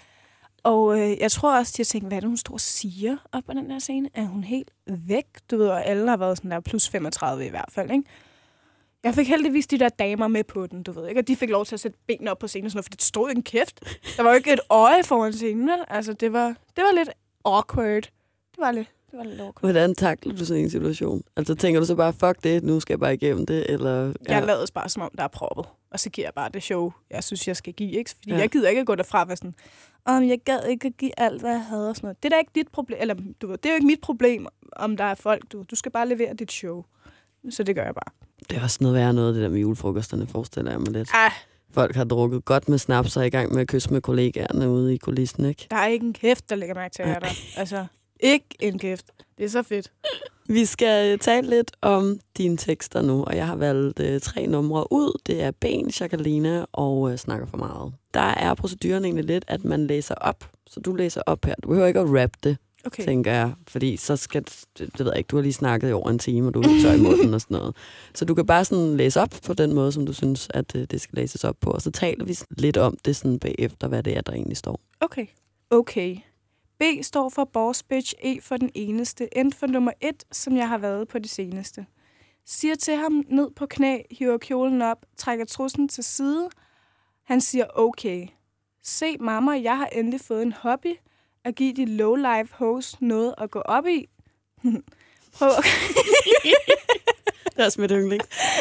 Speaker 2: Og jeg tror også, at jeg tænkte, hvad er det, hun står og siger op på den der scene? Er hun helt væk? Du ved, og alle har været sådan der plus 35 i hvert fald, ikke? Jeg fik heldigvis de der damer med på den, du ved, ikke? Og de fik lov til at sætte benene op på scenen, for det stod ikke en kæft. Der var jo ikke et øje foran scenen, vel? Altså, det var lidt awkward. Det var lidt awkward.
Speaker 3: Hvordan takler du sådan en situation? Altså, tænker du så bare, fuck det, nu skal jeg bare igennem det, eller...
Speaker 2: Jeg lavede bare, som om der er proppet. Og så giver jeg bare det show, jeg synes, jeg skal give, ikke? Fordi jeg gider ikke at gå derfra og være sådan, jeg gad ikke at give alt, hvad jeg havde og sådan noget. Det er da ikke dit problem, eller du ved, det er jo ikke mit problem, om der er folk, du skal bare levere dit show. Så det gør jeg bare.
Speaker 3: Det er også noget værre noget, det der med julefrokosterne, forestiller jeg mig lidt. Folk har drukket godt med snaps og er i gang med at kysse med kollegaerne ude i kulissen, ikke?
Speaker 2: Der er ikke en kæft, der lægger mærke til jer der. Altså, ikke en kæft. Det er så fedt.
Speaker 3: Vi skal tale lidt om dine tekster nu, og jeg har valgt 3 numre ud. Det er Ben, Jacqueline og Snakker for meget. Der er proceduren egentlig lidt, at man læser op. Så du læser op her. Du behøver ikke at rappe det. Okay. Tænker jeg, fordi så skal, det ved jeg ikke, du har lige snakket i over en time, og du er helt tør i munden og sådan noget. Så du kan bare sådan læse op på den måde, som du synes, at det skal læses op på, og så taler vi lidt om det sådan bagefter, hvad det er, der egentlig står.
Speaker 2: Okay. B står for boss bitch, E for den eneste, N for nummer 1, som jeg har været på det seneste. Siger til ham ned på knæ, hiver kjolen op, trækker trussen til side. Han siger okay. Se mamma, jeg har endelig fået en hobby. At give de low-life hosts noget at gå op i. Prøv at...
Speaker 3: Det er også mit yndling.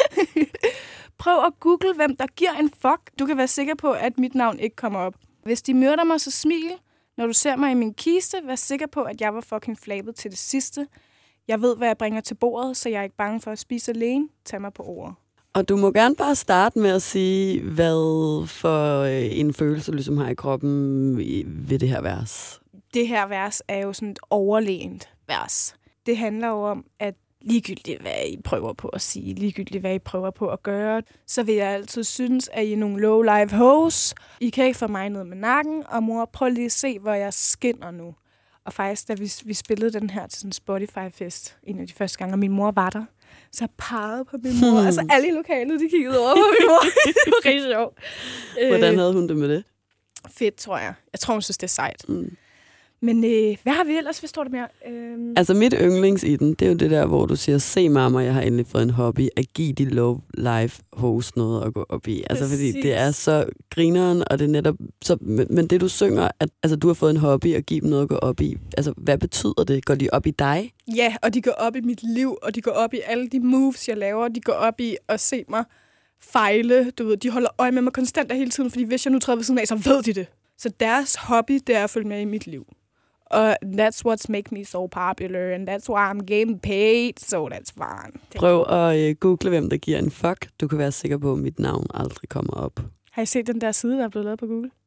Speaker 2: Prøv at google, hvem der giver en fuck. Du kan være sikker på, at mit navn ikke kommer op. Hvis de myrder mig, så smil. Når du ser mig i min kiste, vær sikker på, at jeg var fucking flabet til det sidste. Jeg ved, hvad jeg bringer til bordet, så jeg er ikke bange for at spise alene. Tag mig på ordet.
Speaker 3: Og du må gerne bare starte med at sige, hvad for en følelse du ligesom har i kroppen ved det her vers.
Speaker 2: Det her vers er jo sådan et overlegent vers. Det handler jo om, at ligegyldigt hvad I prøver på at sige, ligegyldigt hvad I prøver på at gøre, så vil jeg altid synes, at I er nogle low-life hoes. I kan ikke få mig ned med nakken, og mor, prøv lige at se, hvor jeg skinner nu. Og faktisk, da vi spillede den her til sådan en Spotify-fest, en af de første gange, og min mor var der, så jeg pegede på min mor. Altså alle i lokalet, de kiggede over på min mor. Det var rigtig sjovt.
Speaker 3: Hvordan havde hun det med det?
Speaker 2: Fedt, tror jeg. Jeg tror, hun synes, det er sejt. Men hvad har vi ellers? Hvad står der mere?
Speaker 3: Altså mit yndlings i den, det er jo det der, hvor du siger, se mamma, jeg har endelig fået en hobby, at give de low life host noget at gå op i. Altså fordi det er så grineren, og det er netop så, men det du synger, at altså, du har fået en hobby og give dem noget at gå op i. Altså hvad betyder det? Går de op i dig?
Speaker 2: Ja, og de går op i mit liv, og de går op i alle de moves, jeg laver. De går op i at se mig fejle. Du ved, de holder øje med mig konstant hele tiden, fordi hvis jeg nu træder ved siden af, så ved de det. Så deres hobby, det er at følge med i mit liv. Og that's what's make me so popular, and that's why I'm getting paid, so that's fine.
Speaker 3: Prøv at google, hvem der giver en fuck. Du kan være sikker på, at mit navn aldrig kommer op.
Speaker 2: Har I set den der side, der er blevet lavet på Google?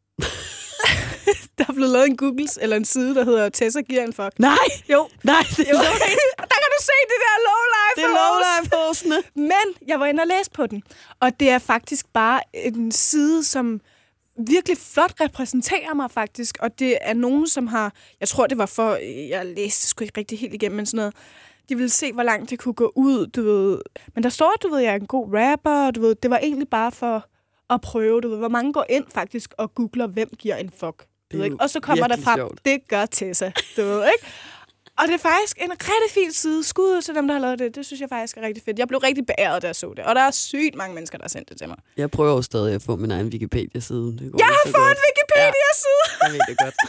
Speaker 2: Der er blevet lavet en side, der hedder Tessa giver en fuck.
Speaker 3: Nej!
Speaker 2: Jo.
Speaker 3: Nej, det er
Speaker 2: Der kan du se det der lowlife.
Speaker 3: Det er lowlife-postene.
Speaker 2: Men jeg var inde og læse på den. Og det er faktisk bare en side, som virkelig flot repræsenterer mig faktisk. Og det er nogen, som har... Jeg tror, det var for... Jeg læste sgu ikke rigtig helt igennem, men sådan noget. De ville se, hvor langt det kunne gå ud, du ved. Men der står, du ved, jeg er en god rapper, og du ved, det var egentlig bare for at prøve, du ved, hvor mange går ind faktisk og googler, hvem giver en fuck. Du ved, ikke? Og så kommer der frem, sjovt. Det gør Tessa, du ved, ikke? Og det er faktisk en rigtig fin side. Skud ud til dem, der har lavet det. Det synes jeg faktisk er rigtig fedt. Jeg blev rigtig beæret, da jeg så det. Og der er sygt mange mennesker, der har sendt det til mig.
Speaker 3: Jeg prøver jo stadig at få min egen Wikipedia-side.
Speaker 2: Jeg har fået en Wikipedia-side!
Speaker 3: Ja, jeg ved det godt.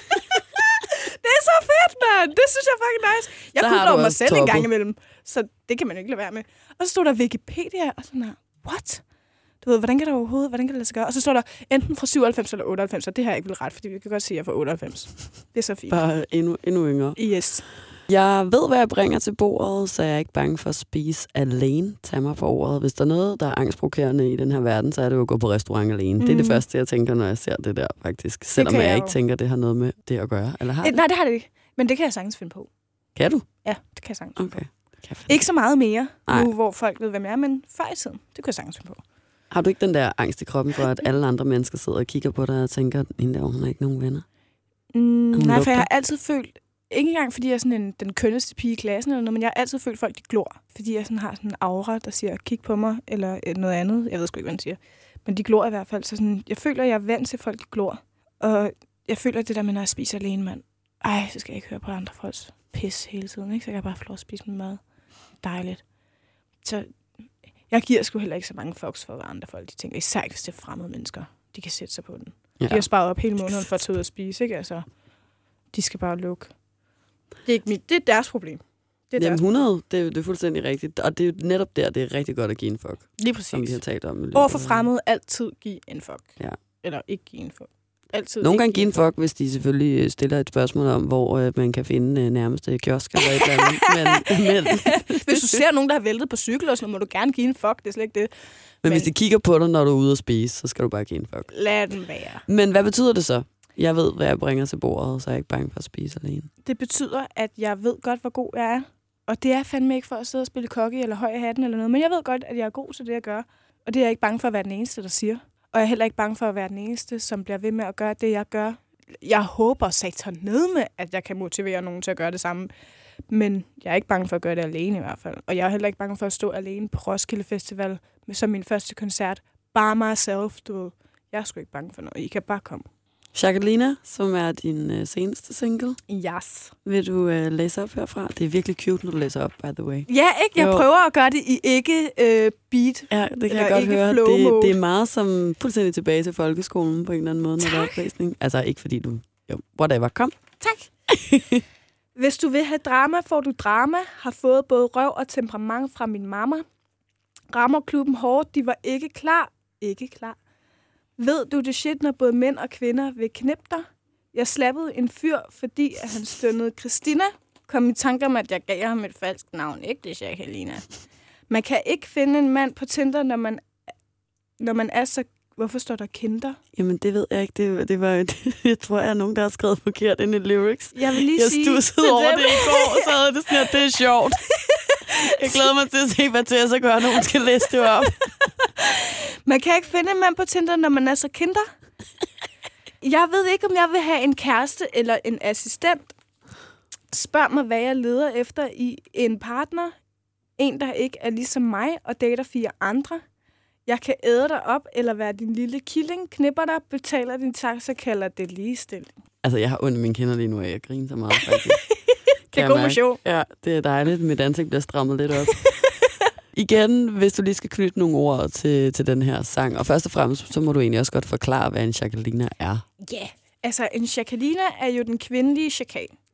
Speaker 2: Det er så fedt, mand! Det synes jeg er fucking nice. Jeg googler mig selv en gang imellem, så det kan man jo ikke lade være med. Og så stod der Wikipedia, og sådan her, what? Du ved, hvordan kan det lade sig gøre? Og så står der enten fra 97 eller 98, og det har jeg ikke vel ret, fordi vi kan godt sige, at jeg er fra 98. Det er så fint.
Speaker 3: Bare endnu yngre.
Speaker 2: Yes.
Speaker 3: Jeg ved, hvad jeg bringer til bordet, så jeg er ikke bange for at spise alene. Tag mig på ordet. Hvis der er noget, der er angstprovokerende i den her verden, så er det jo at gå på restaurant alene. Det er det første, jeg tænker, når jeg ser det der, faktisk. Selvom jeg ikke tænker, det har noget med det at gøre. Eller har det?
Speaker 2: Nej, det har det ikke. Men det kan jeg sagtens finde på.
Speaker 3: Kan du?
Speaker 2: Ja, det kan jeg sagtens finde
Speaker 3: på.
Speaker 2: Ikke så meget mere, nu hvor folk ved, hvem jeg er, men før i tiden. Det kan jeg sagtens finde på.
Speaker 3: Har du ikke den der angst i kroppen for, at alle andre mennesker sidder og kigger på dig og tænker, at hun har ikke nogen venner?
Speaker 2: Nej, for jeg har altid følt, ikke engang fordi jeg er sådan den kønneste pige i klassen eller noget, men jeg har altid følt, at folk de glor. Fordi jeg sådan har sådan en aura, der siger, kig på mig, eller noget andet. Jeg ved sgu ikke, hvad den siger. Men de glor i hvert fald. Så sådan, jeg føler, at jeg er vant til, at folk de glor. Og jeg føler, at det der med, når jeg spiser alene, mand. Så skal jeg ikke høre på andre folks pis hele tiden, ikke? Så kan jeg bare få lov at spise min mad. Dejligt. Så jeg giver sgu heller ikke så mange fucks for, hvad andre folk de tænker. Især ikke, hvis det er fremmede mennesker. De kan sætte sig på den. Ja. De har sparet op hele måneden for at tage ud og spise, ikke? Altså, de skal bare lukke. Det er ikke mit. Det er deres problem.
Speaker 3: Det er 100, det er fuldstændig rigtigt. Og det er netop der, det er rigtig godt at give en fuck.
Speaker 2: Lige præcis.
Speaker 3: Som vi har talt om.
Speaker 2: Overfor fremmede altid give en fuck.
Speaker 3: Ja.
Speaker 2: Eller ikke give en fuck. Altid
Speaker 3: nogle gange give en fuck, hvis de selvfølgelig stiller et spørgsmål om, hvor man kan finde nærmeste kiosk eller et eller andet. Men
Speaker 2: hvis du ser nogen, der har væltet på cykel og sådan noget, må du gerne give en fuck. Det er slet ikke det.
Speaker 3: Men hvis de kigger på dig, når du er ude at spise, så skal du bare give en fuck.
Speaker 2: Lad den være.
Speaker 3: Men hvad betyder det så? Jeg ved, hvad jeg bringer til bordet, så jeg er ikke bange for at spise alene.
Speaker 2: Det betyder, at jeg ved godt, hvor god jeg er. Og det er fandme ikke for at sidde og spille kokke eller høj i hatten eller noget. Men jeg ved godt, at jeg er god til det, jeg gør. Og det er jeg ikke bange for at være den eneste, der siger. Og jeg er heller ikke bange for at være den eneste, som bliver ved med at gøre det, jeg gør. Jeg håber satan ned med, at jeg kan motivere nogen til at gøre det samme. Men jeg er ikke bange for at gøre det alene i hvert fald. Og jeg er heller ikke bange for at stå alene på Roskilde Festival som min første koncert. Bare myself, du ved. Jeg er sgu ikke bange for noget. I kan bare komme.
Speaker 3: Jacqueline, som er din seneste single.
Speaker 2: Yes.
Speaker 3: Vil du læse op herfra? Det er virkelig cute, når du læser op, by the way.
Speaker 2: Ja, ikke? Jeg prøver at gøre det i ikke beat.
Speaker 3: Ja, det kan jeg godt høre. Det er meget som fuldstændig tilbage til folkeskolen på en eller anden måde, når der er oplæsning. Altså ikke fordi du... Jo, whatever. Kom.
Speaker 2: Tak. Hvis du vil have drama, får du drama. Har fået både røv og temperament fra min mamma. Rammer klubben hårdt. De var ikke klar. Ikke klar. Ved du det shit, når både mænd og kvinder vil knippe dig? Jeg slappede en fyr, fordi at han stønnede Christina. Kom i tanke om, at jeg gav ham et falsk navn. Ikke det, Jacqueline. Man kan ikke finde en mand på Tinder, når man er så... Hvorfor står der kinder?
Speaker 3: Jamen, det ved jeg ikke. Det var jeg tror, jeg er nogen, der har skrevet forkert ind i lyrics.
Speaker 2: Jeg vil lige sige...
Speaker 3: Jeg stussede over det i går, og så havde det sådan, at det er sjovt. Jeg glæder mig til at se, hvad Tessa gør, når hun skal læse det op.
Speaker 2: Man kan ikke finde en mand på Tinder, når man er så kinder. Jeg ved ikke, om jeg vil have en kæreste eller en assistent. Spørg mig, hvad jeg leder efter i en partner. En, der ikke er ligesom mig og dater 4 andre. Jeg kan æde dig op eller være din lille killing. Knipper dig, betaler din taxa, kalder det ligestilling.
Speaker 3: Altså, jeg har ondt i mine kinder lige nu, og jeg griner så meget, faktisk.
Speaker 2: Det er god motion.
Speaker 3: Ja, det er dejligt. Mit ansigt bliver strammet lidt op. Igen, hvis du lige skal knytte nogle ord til den her sang. Og først og fremmest, så må du egentlig også godt forklare, hvad en Jacqueline er.
Speaker 2: Ja, altså en Jacqueline er jo den kvindelige chakal.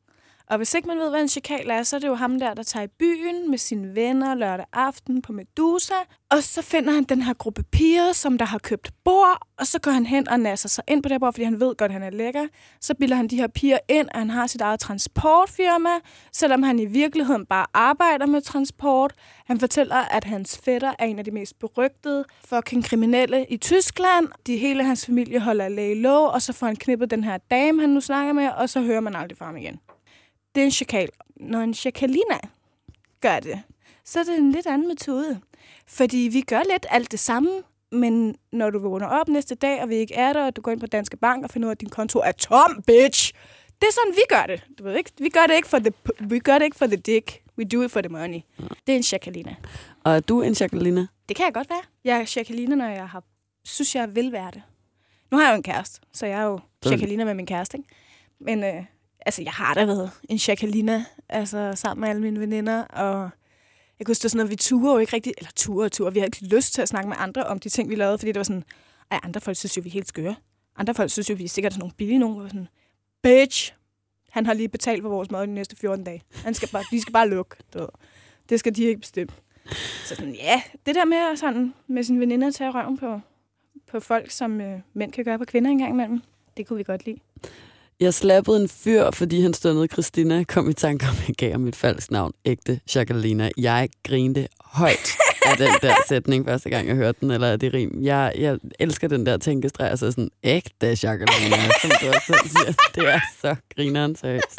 Speaker 2: Og hvis ikke man ved, hvad en chakal er, så er det jo ham der tager i byen med sine venner lørdag aften på Medusa. Og så finder han den her gruppe piger, som der har købt bord, og så går han hen og nasser sig ind på det bord, fordi han ved godt, at han er lækker. Så bilder han de her piger ind, og han har sit eget transportfirma, selvom han i virkeligheden bare arbejder med transport. Han fortæller, at hans fætter er en af de mest berygtede fucking kriminelle i Tyskland. Hele hans familie holder lay low, og så får han knippet den her dame, han nu snakker med, og så hører man aldrig fra ham igen. Det er en chakal. Når en chakalina gør det, så er det en lidt anden metode. Fordi vi gør lidt alt det samme, men når du vågner op næste dag, og vi ikke er der, og du går ind på Danske Bank og finder ud af, at din konto er tom, bitch! Det er sådan, vi gør det. Du ved ikke? Vi gør det ikke for the dick. We do it for the money. Det er en chakalina.
Speaker 3: Og er du en chakalina?
Speaker 2: Det kan jeg godt være. Jeg er chakalina, når jeg synes, jeg vil være det. Nu har jeg jo en kæreste, så jeg er jo chakalina med min kæreste, ikke? Men jeg har da været en chakalina, sammen med alle mine veninder, og jeg kunne huske, sådan noget, vi turer jo ikke rigtigt, eller turer, vi havde ikke lyst til at snakke med andre om de ting, vi lavede, fordi det var sådan, andre folk synes jo, vi er helt skøre. Andre folk synes jo, vi er sikkert sådan nogle billige nogen, hvor sådan, bitch, han har lige betalt for vores mad de næste 14 dage. De skal bare lukke. Det skal de ikke bestemme. Så sådan, ja, det der med sådan, med sine veninder at tage røven på folk, som mænd kan gøre på kvinder en gang imellem, det kunne vi godt lide.
Speaker 3: Jeg slappede en fyr, fordi han stønnede Christina, kom i tanke om, jeg gav ham mit falsk navn, ægte chakalina. Jeg grinte højt af den der sætning, første gang jeg hørte den, eller det rim. Jeg elsker den der tænkestreg, altså sådan, ægte chakalina, som du også siger. Det er så grineren, seriøst.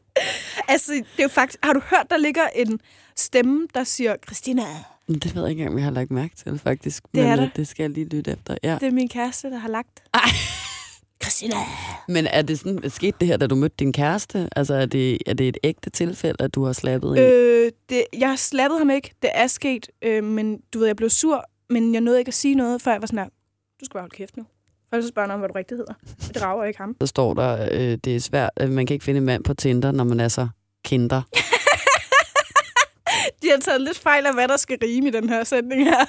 Speaker 2: Det er jo faktisk, har du hørt, der ligger en stemme, der siger, Christina?
Speaker 3: Det ved jeg ikke engang, om jeg har lagt mærke til, faktisk.
Speaker 2: Det er
Speaker 3: Men det skal jeg lige lytte efter. Ja.
Speaker 2: Det er min kæreste, der har lagt.
Speaker 3: Ej.
Speaker 2: Christina.
Speaker 3: Men er det sådan, skete det her, da du mødte din kæreste? Altså, er det et ægte tilfælde, at du har slappet en?
Speaker 2: Jeg slappede ham ikke. Det er sket, men du ved, jeg blev sur, men jeg nåede ikke at sige noget, før jeg var sådan her, du skal bare holde kæft nu. For så spørger han om, hvad du rigtig hedder. Det rager ikke ham.
Speaker 3: Så står der, det er svært, man kan ikke finde en mand på Tinder, når man er så kinder.
Speaker 2: De har taget lidt fejl af, hvad der skal rime i den her sætning her.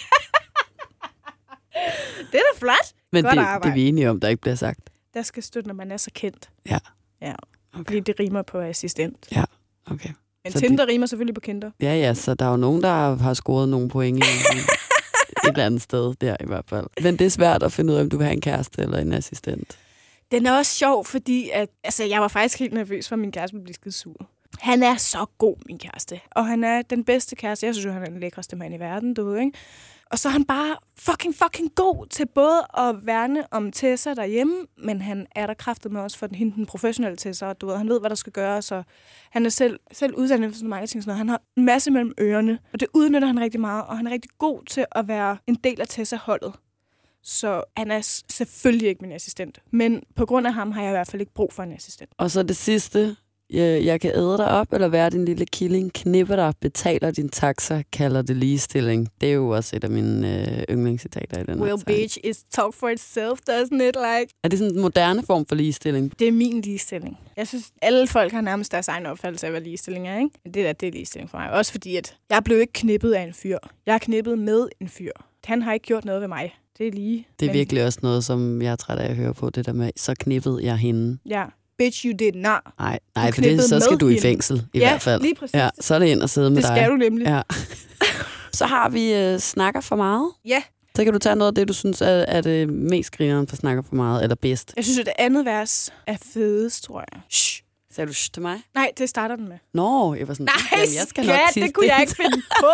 Speaker 2: Det er da flot.
Speaker 3: Men det er vi enige om, der ikke bliver sagt.
Speaker 2: Der skal støtte, når man er så kendt.
Speaker 3: Ja.
Speaker 2: Okay. Fordi det rimer på assistent.
Speaker 3: Ja, okay.
Speaker 2: Men så Tinder rimer selvfølgelig på kinder.
Speaker 3: Ja, så der er jo nogen, der har scoret nogle point i et eller andet sted der i hvert fald. Men det er svært at finde ud af, om du vil have en kæreste eller en assistent.
Speaker 2: Den er også sjov, fordi jeg var faktisk helt nervøs for, at min kæreste ville blive skide sur. Han er så god, min kæreste. Og han er den bedste kæreste. Jeg synes jo, han er den lækreste mand i verden, du ved, ikke? Og så er han bare fucking god til både at værne om Tessa derhjemme, men han er der kraftet med også for den professionelle Tessa, og du ved, han ved, hvad der skal gøres, og han er selv uddannet for sådan mange ting. Sådan noget. Han har en masse mellem ørerne, og det udnytter han rigtig meget, og han er rigtig god til at være en del af Tessa-holdet. Så han er selvfølgelig ikke min assistent, men på grund af ham har jeg i hvert fald ikke brug for en assistent.
Speaker 3: Og så det sidste. Jeg kan æde dig op, eller være din lille killing, knippe dig, betaler din taxa, kalder det ligestilling. Det er jo også et af mine yndlingscitater i den her
Speaker 2: Well, bitch, is talk for itself, doesn't it? Like?
Speaker 3: Er det sådan en moderne form for ligestilling?
Speaker 2: Det er min ligestilling. Jeg synes, alle folk har nærmest deres egen opfattelse af, hvad ligestilling er, ikke? Det er ligestilling for mig. Også fordi, at jeg blev ikke knippet af en fyr. Jeg er knippet med en fyr. Han har ikke gjort noget ved mig. Det er lige.
Speaker 3: Det er virkelig også noget, som jeg er træt af at høre på, det der med, så knippede jeg hende.
Speaker 2: Ja. Bitch, you did not.
Speaker 3: Nej, for det, så skal du i fængsel i hvert fald.
Speaker 2: Lige præcis.
Speaker 3: Ja, så er det ind og sidde med dig.
Speaker 2: Det skal du nemlig.
Speaker 3: Ja. Så har vi snakker for meget.
Speaker 2: Ja.
Speaker 3: Så kan du tage noget af det, du synes er det mest grineren for snakker for meget, eller bedst.
Speaker 2: Jeg synes, at det andet vers er fedest, tror jeg.
Speaker 3: Shh. Sagde du til mig?
Speaker 2: Nej, det starter den med.
Speaker 3: Nå, jeg var sådan,
Speaker 2: nej,
Speaker 3: jeg skal nok tisse.
Speaker 2: Det kunne jeg ikke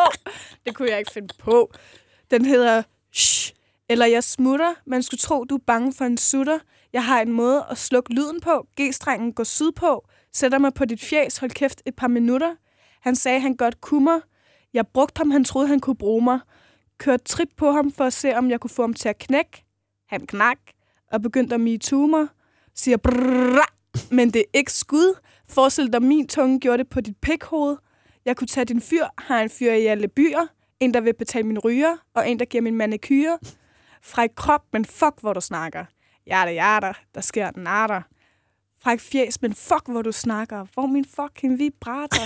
Speaker 2: finde på. Den hedder Shh. Eller jeg smutter. Man skulle tro, du er bange for en sutter. Jeg har en måde at slukke lyden på. G-strengen går sydpå. Sætter mig på dit fjæs. Hold kæft et par minutter. Han sagde, han godt kunne mig. Jeg brugte ham, han troede, han kunne bruge mig. Kørte trip på ham for at se, om jeg kunne få ham til at knække. Han knak og begyndte at MeToo mig. Siger brrrr, men det er ikke skud. Forestil dig, min tunge gjorde det på dit pikhoved. Jeg kunne tage din fyr. Har en fyr i alle byer. En, der vil betale min ryger. Og en, der giver min manikyre. Fræk krop, men fuck, hvor du snakker. Jada, der sker natter. Fræk fjes, men fuck, hvor du snakker. Hvor min fucking vibrator?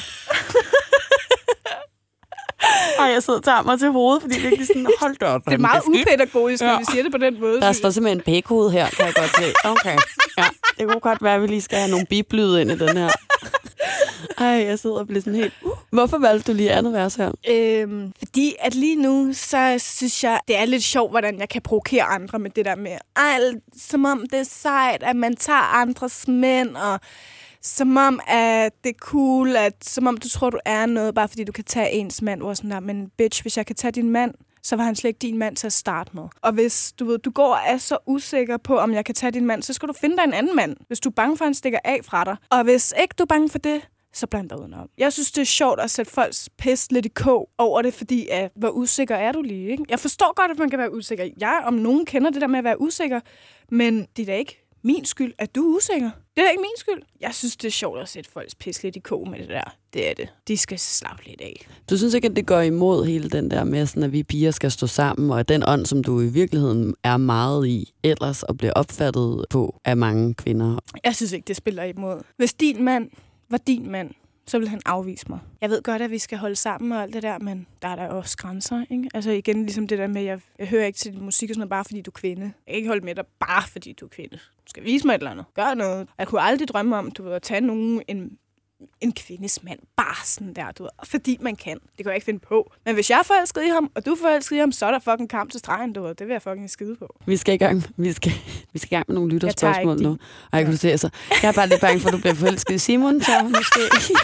Speaker 3: Og jeg sidder og tager mig til hovedet, fordi det er ikke sådan, hold da op.
Speaker 2: Det er meget upædagogisk, når vi siger det på den måde.
Speaker 3: Der står simpelthen en pækhoved her, kan jeg godt se. Okay, ja. Det kunne godt være, at vi lige skal have nogle biblyde ind i den her. Ej, jeg sidder og bliver sådan helt... Hvorfor valgte du lige andet vers her?
Speaker 2: Fordi at lige nu, så synes jeg, det er lidt sjovt, hvordan jeg kan provokere andre med det der med, som om det er sejt, at man tager andres mænd, og som om, at det er cool, som om du tror, du er noget, bare fordi du kan tage ens mand, hvor sådan der, men bitch, hvis jeg kan tage din mand, så var han slet ikke din mand til at starte med. Og hvis du går og er så usikker på, om jeg kan tage din mand, så skal du finde dig en anden mand, hvis du er bange for, at han stikker af fra dig. Og hvis ikke du er bange for det, så bland dig udenom. Jeg synes, det er sjovt at sætte folks pis lidt i kog over det, fordi hvor usikker er du lige, ikke? Jeg forstår godt, at man kan være usikker. Jeg om nogen kender det der med at være usikker, men det er da ikke min skyld, at du er usikker. Det er da ikke min skyld. Jeg synes, det er sjovt at sætte folks pis lidt i kog med det der. Det er det. De skal slappe lidt af.
Speaker 3: Du synes ikke, at det går imod hele den der med, sådan, at vi piger skal stå sammen, og at den ånd, som du i virkeligheden er meget i, ellers og bliver opfattet på af mange kvinder?
Speaker 2: Jeg synes ikke, det spiller imod. Hvis din mand var din mand, så vil han afvise mig. Jeg ved godt, at vi skal holde sammen og alt det der, men der er der også grænser, ikke? Altså igen, ligesom det der med, jeg hører ikke til din musik og sådan noget, bare fordi du er kvinde. Jeg kan ikke holde med dig, bare fordi du er kvinde. Du skal vise mig et eller andet. Gør noget. Jeg kunne aldrig drømme om, du ved, at tage en kvindes mand, bare sådan der, du ved, fordi man kan. Det kan jeg ikke finde på. Men hvis jeg er forelsket i ham, og du er forelsket i ham, så er der fucking kamp til stregen, du ved. Det vil jeg fucking skide på.
Speaker 3: Vi skal i gang med nogle lytterspørgsmål nu. Og jeg kunne se, altså, jeg er bare lidt bange for, at du bliver forelsket i Simon, så måske...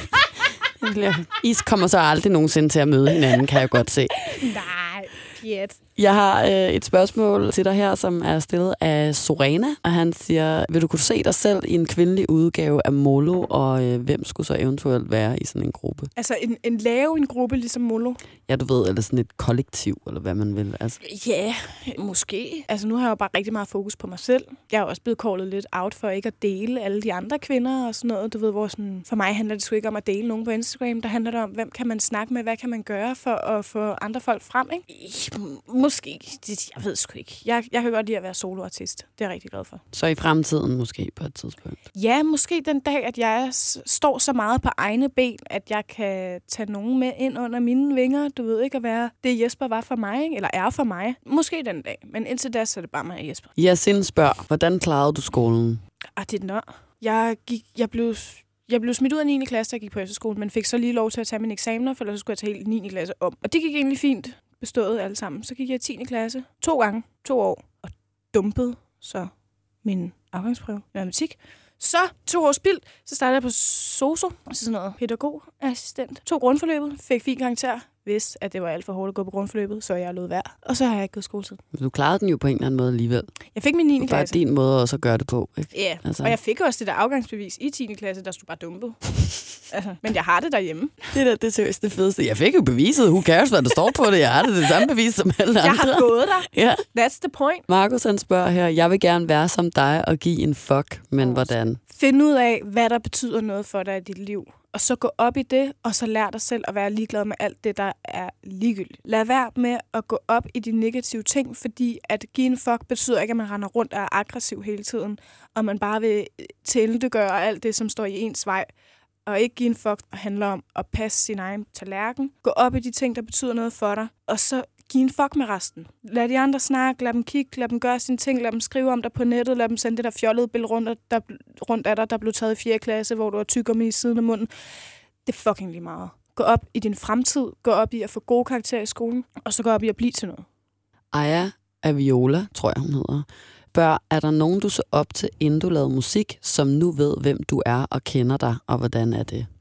Speaker 3: I kommer så aldrig nogensinde til at møde hinanden, kan jeg godt se.
Speaker 2: Nej, pjat.
Speaker 3: Jeg har et spørgsmål til dig her, som er stillet af Sorena, og han siger, vil du kunne se dig selv i en kvindelig udgave af Molo, og hvem skulle så eventuelt være i sådan en gruppe?
Speaker 2: Altså lave en gruppe ligesom Molo?
Speaker 3: Ja, du ved, eller sådan et kollektiv, eller hvad man vil. Altså.
Speaker 2: Ja, måske. Altså nu har jeg jo bare rigtig meget fokus på mig selv. Jeg er også blevet callet lidt out for ikke at dele alle de andre kvinder og sådan noget. Du ved, hvor sådan, for mig handler det sgu ikke om at dele nogen på Instagram. Der handler det om, hvem kan man snakke med, hvad kan man gøre for at få andre folk frem, ikke? Måske. Jeg ved sgu ikke. Jeg kan godt lide at være soloartist. Det er jeg rigtig glad for.
Speaker 3: Så i fremtiden måske på et tidspunkt?
Speaker 2: Ja, måske den dag, at jeg står så meget på egne ben, at jeg kan tage nogen med ind under mine vinger. Du ved ikke at være det Jesper var for mig, ikke? Eller er for mig. Måske den dag. Men indtil da, så er det bare mig og Jesper.
Speaker 3: Yasin spørger, hvordan klarede du skolen?
Speaker 2: Det er nok. Jeg blev smidt ud af 9. klasse, da jeg gik på efterskolen, men fik så lige lov til at tage mine eksamener, for ellers så skulle jeg tage helt 9. klasse om. Og det gik egentlig fint. Bestået alle sammen. Så gik jeg i 10. klasse 2 gange, 2 år, og dumpede så min afgangsprøve i matematik. Så 2 år spild, så startede jeg på SOSO, altså sådan noget pædagogassistent. 2 grundforløbet, fik fin karakter, vidste, at det var alt for hårdt at gå på grundforløbet, så jeg lod være. Og så har jeg ikke gået skoletid.
Speaker 3: Du klarede den jo på en eller anden måde alligevel.
Speaker 2: Jeg fik min 9. klasse.
Speaker 3: Det var din måde også at gøre det på, ikke?
Speaker 2: Ja, altså. Og jeg fik også det der afgangsbevis i 10. klasse, der stod bare dumpet. Altså, men jeg har det derhjemme.
Speaker 3: Det er seriøst det fedeste. Jeg fik jo beviset. Who cares, hvad der står på det? Jeg har det samme bevis som alle andre.
Speaker 2: Jeg har gået der.
Speaker 3: Ja.
Speaker 2: That's the point.
Speaker 3: Markus han spørger her, jeg vil gerne være som dig og give en fuck, men hvordan?
Speaker 2: Find ud af, hvad der betyder noget for dig i dit liv. Og så gå op i det, og så lær dig selv at være ligeglad med alt det, der er ligegyldigt. Lad være med at gå op i de negative ting, fordi at give en fuck betyder ikke, at man render rundt og er aggressiv hele tiden, og man bare vil tilgøre alt det, som står i ens vej. Og ikke give en fuck handler om at passe sin egen tallerken. Gå op i de ting, der betyder noget for dig, og så giv en fuck med resten. Lad de andre snakke, lad dem kigge, lad dem gøre sine ting, lad dem skrive om dig på nettet, lad dem sende det der fjollede billede rundt af dig, der blev taget i 4. klasse, hvor du har tyggegummi i siden af munden. Det er fucking lige meget. Gå op i din fremtid, gå op i at få gode karakterer i skolen, og så gå op i at blive til noget.
Speaker 3: Aya Aviola, tror jeg hun hedder, er der nogen, du så op til, inden du lavede musik, som nu ved, hvem du er og kender dig, og hvordan er det?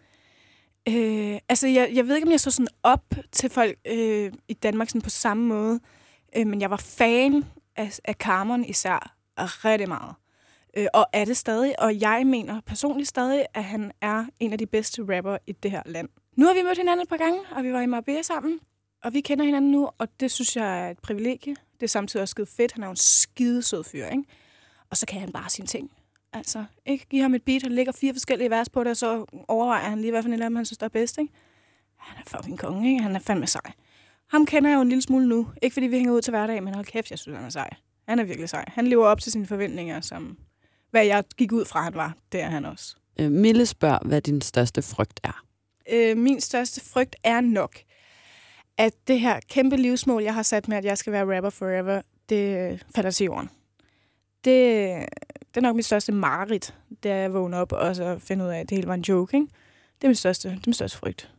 Speaker 2: Jeg ved ikke, om jeg så sådan op til folk i Danmark sådan på samme måde, men jeg var fan af Cameron især rigtig meget. Og er det stadig, og jeg mener personligt stadig, at han er en af de bedste rapper i det her land. Nu har vi mødt hinanden et par gange, og vi var i Marbella sammen, og vi kender hinanden nu, og det synes jeg er et privilegie. Det er samtidig også skide fedt. Han er jo en skidesød fyr, ikke? Og så kan han bare sine ting. Altså, ikke give ham et beat, han lægger 4 forskellige vers på det, og så overvejer han lige, hvad for en af dem, han synes, der er bedst, ikke? Han er fucking konge, ikke? Han er fandme sej. Ham kender jeg jo en lille smule nu. Ikke fordi vi hænger ud til hverdag, men hold kæft, jeg synes, han er sej. Han er virkelig sej. Han lever op til sine forventninger, som hvad jeg gik ud fra, han var. Det er han også.
Speaker 3: Mille spørger, hvad din største frygt er.
Speaker 2: Min største frygt er nok, at det her kæmpe livsmål, jeg har sat med, at jeg skal være rapper forever, det falder til jorden. Det er nok mit største mareridt, da jeg vågner op og så finder ud af, at det hele var en joke, ikke? Det er min største frygt.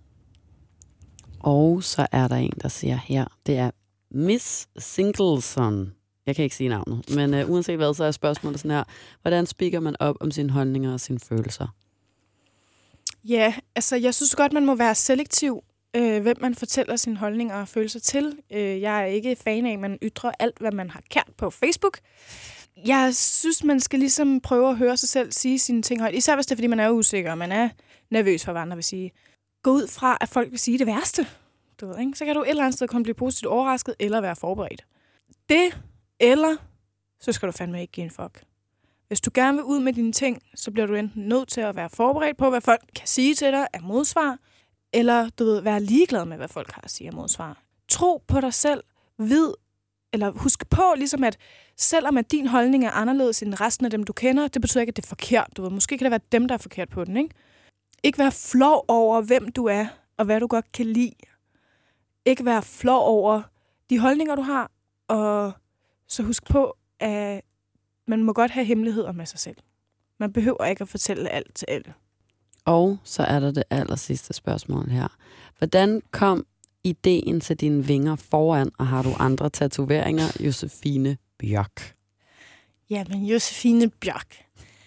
Speaker 3: Og så er der en, der siger her, det er Miss Singleton. Jeg kan ikke sige navnet, men uanset hvad, så er spørgsmålet sådan her. Hvordan speaker man op om sine holdninger og sine følelser?
Speaker 2: Ja, altså jeg synes godt, man må være selektiv, hvem man fortæller sine holdninger og følelser til. Jeg er ikke fan af, at man ytrer alt, hvad man har kært på Facebook. Jeg synes, man skal ligesom prøve at høre sig selv sige sine ting højt. Især hvis det er, fordi man er usikker, og man er nervøs for, hvad andre vil sige. Gå ud fra, at folk vil sige det værste. Du ved, ikke? Så kan du et eller andet sted kun blive positivt overrasket, eller være forberedt. Det, eller så skal du fandme ikke give en fuck. Hvis du gerne vil ud med dine ting, så bliver du enten nødt til at være forberedt på, hvad folk kan sige til dig af modsvar, eller du ved, være ligeglad med, hvad folk har at sige af modsvar. Tro på dig selv, eller husk på, ligesom at selvom at din holdning er anderledes end resten af dem, du kender, det betyder ikke, at det er forkert. Du ved. Måske kan det være dem, der er forkert på den, ikke? Ikke være flov over, hvem du er, og hvad du godt kan lide. Ikke være flov over de holdninger, du har, og så husk på, at man må godt have hemmeligheder med sig selv. Man behøver ikke at fortælle alt til alle.
Speaker 3: Og så er der det aller sidste spørgsmål her. Hvordan kom ideen til dine vinger foran, og har du andre tatoveringer, Josefine Bjørk?
Speaker 2: Jamen, Josefine Bjørk.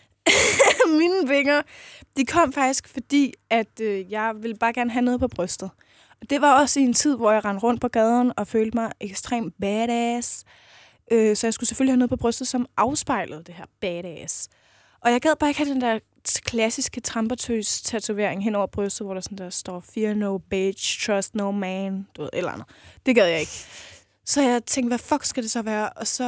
Speaker 2: Mine vinger, de kom faktisk, fordi at jeg ville bare gerne have noget på brystet. Og det var også i en tid, hvor jeg rendte rundt på gaden og følte mig ekstremt badass. Så jeg skulle selvfølgelig have noget på brystet, som afspejlede det her badass. Og jeg gad bare ikke have den der klassiske trampertøs-tatovering hen over brystet, hvor der sådan der står fear no bitch, trust no man, du ved, eller andet. Det gad jeg ikke. Så jeg tænkte, hvad fuck skal det så være? Og så,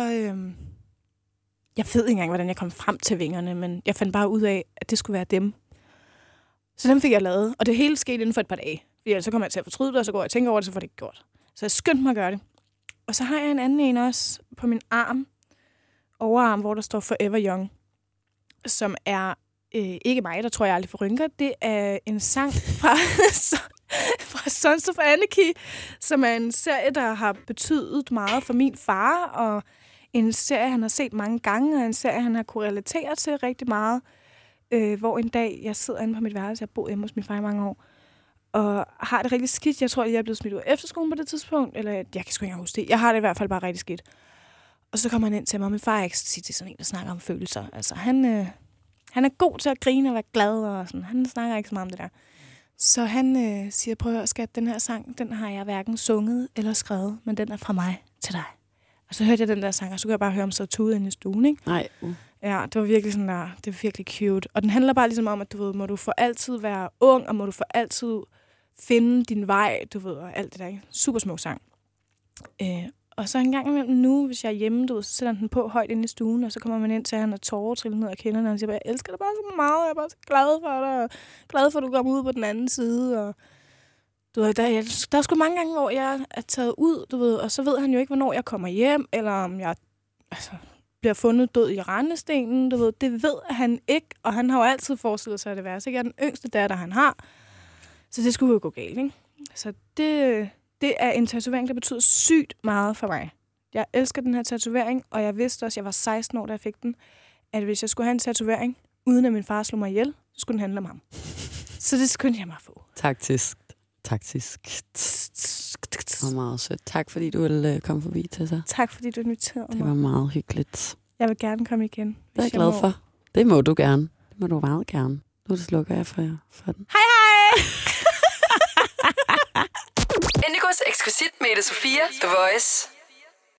Speaker 2: jeg ved ikke engang, hvordan jeg kom frem til vingerne, men jeg fandt bare ud af, at det skulle være dem. Så dem fik jeg lavet, og det hele skete inden for et par dage. Fordi så kommer jeg til at fortryde det, og så går jeg og tænker over det, så får det ikke gjort. Så jeg skyndte mig at gøre det. Og så har jeg en anden en også på min overarm, hvor der står Forever Young, som er ikke mig, der tror jeg aldrig får rynker. Det er en sang fra Sons of Anarchy, som er en serie, der har betydet meget for min far, og en serie, han har set mange gange, og en serie, han har kunne relatere til rigtig meget. Hvor en dag, jeg sidder inde på mit værelse, jeg har boet hjemme hos min far i mange år, og har det rigtig skidt. Jeg tror, jeg er blevet smidt ud af efterskolen på det tidspunkt, eller jeg kan sgu ikke engang huske det. Jeg har det i hvert fald bare rigtig skidt. Og så kommer han ind til mig, og min far er ikke til sådan en, der snakker om følelser. Altså, han er god til at grine og være glad, og sådan. Han snakker ikke så meget om det der. Så han siger, prøv at høre, skat, den her sang, den har jeg hverken sunget eller skrevet, men den er fra mig til dig. Og så hørte jeg den der sang, og så kunne jeg bare høre ham så tude inde i stuen, ikke?
Speaker 3: Nej.
Speaker 2: Ja, det var virkelig sådan der, det var virkelig cute. Og den handler bare ligesom om, at du ved, må du for altid være ung, og må du for altid finde din vej, du ved, og alt det der, ikke? Super smuk sang. Og så en gang imellem nu, hvis jeg er hjemme, du ved, så sætter han den på højt inde i stuen, og så kommer man ind til, at han er tårer trillet ned af kinderne, og han siger bare, jeg elsker dig bare så meget, jeg er bare så glad for dig, og glad for, at du kommer ud på den anden side, og du ved, der er sgu mange gange, hvor jeg er taget ud, du ved, og så ved han jo ikke, hvornår jeg kommer hjem, eller om jeg bliver fundet død i rendestenen, du ved, det ved han ikke, og han har jo altid forestillet sig, at det værste. Jeg er den yngste datter, han har, så det skulle jo gå galt, ikke? Så det er en tatovering, der betyder sygt meget for mig. Jeg elsker den her tatovering, og jeg vidste også, at jeg var 16 år, da jeg fik den, at hvis jeg skulle have en tatovering, uden at min far slog mig ihjel, så skulle den handle om ham. Så det skulle jeg mig få.
Speaker 3: Taktisk. Det var meget sødt. Tak, fordi du ville komme forbi, Tessa.
Speaker 2: Tak, fordi du inviterede mig.
Speaker 3: Det var meget hyggeligt.
Speaker 2: Jeg vil gerne komme igen.
Speaker 3: Det er jeg glad for. Det må du gerne. Det må du meget gerne. Nu slukker jeg for den.
Speaker 2: Hej hej!
Speaker 1: Indigos eksklusit med Ida Sofia, The Voice.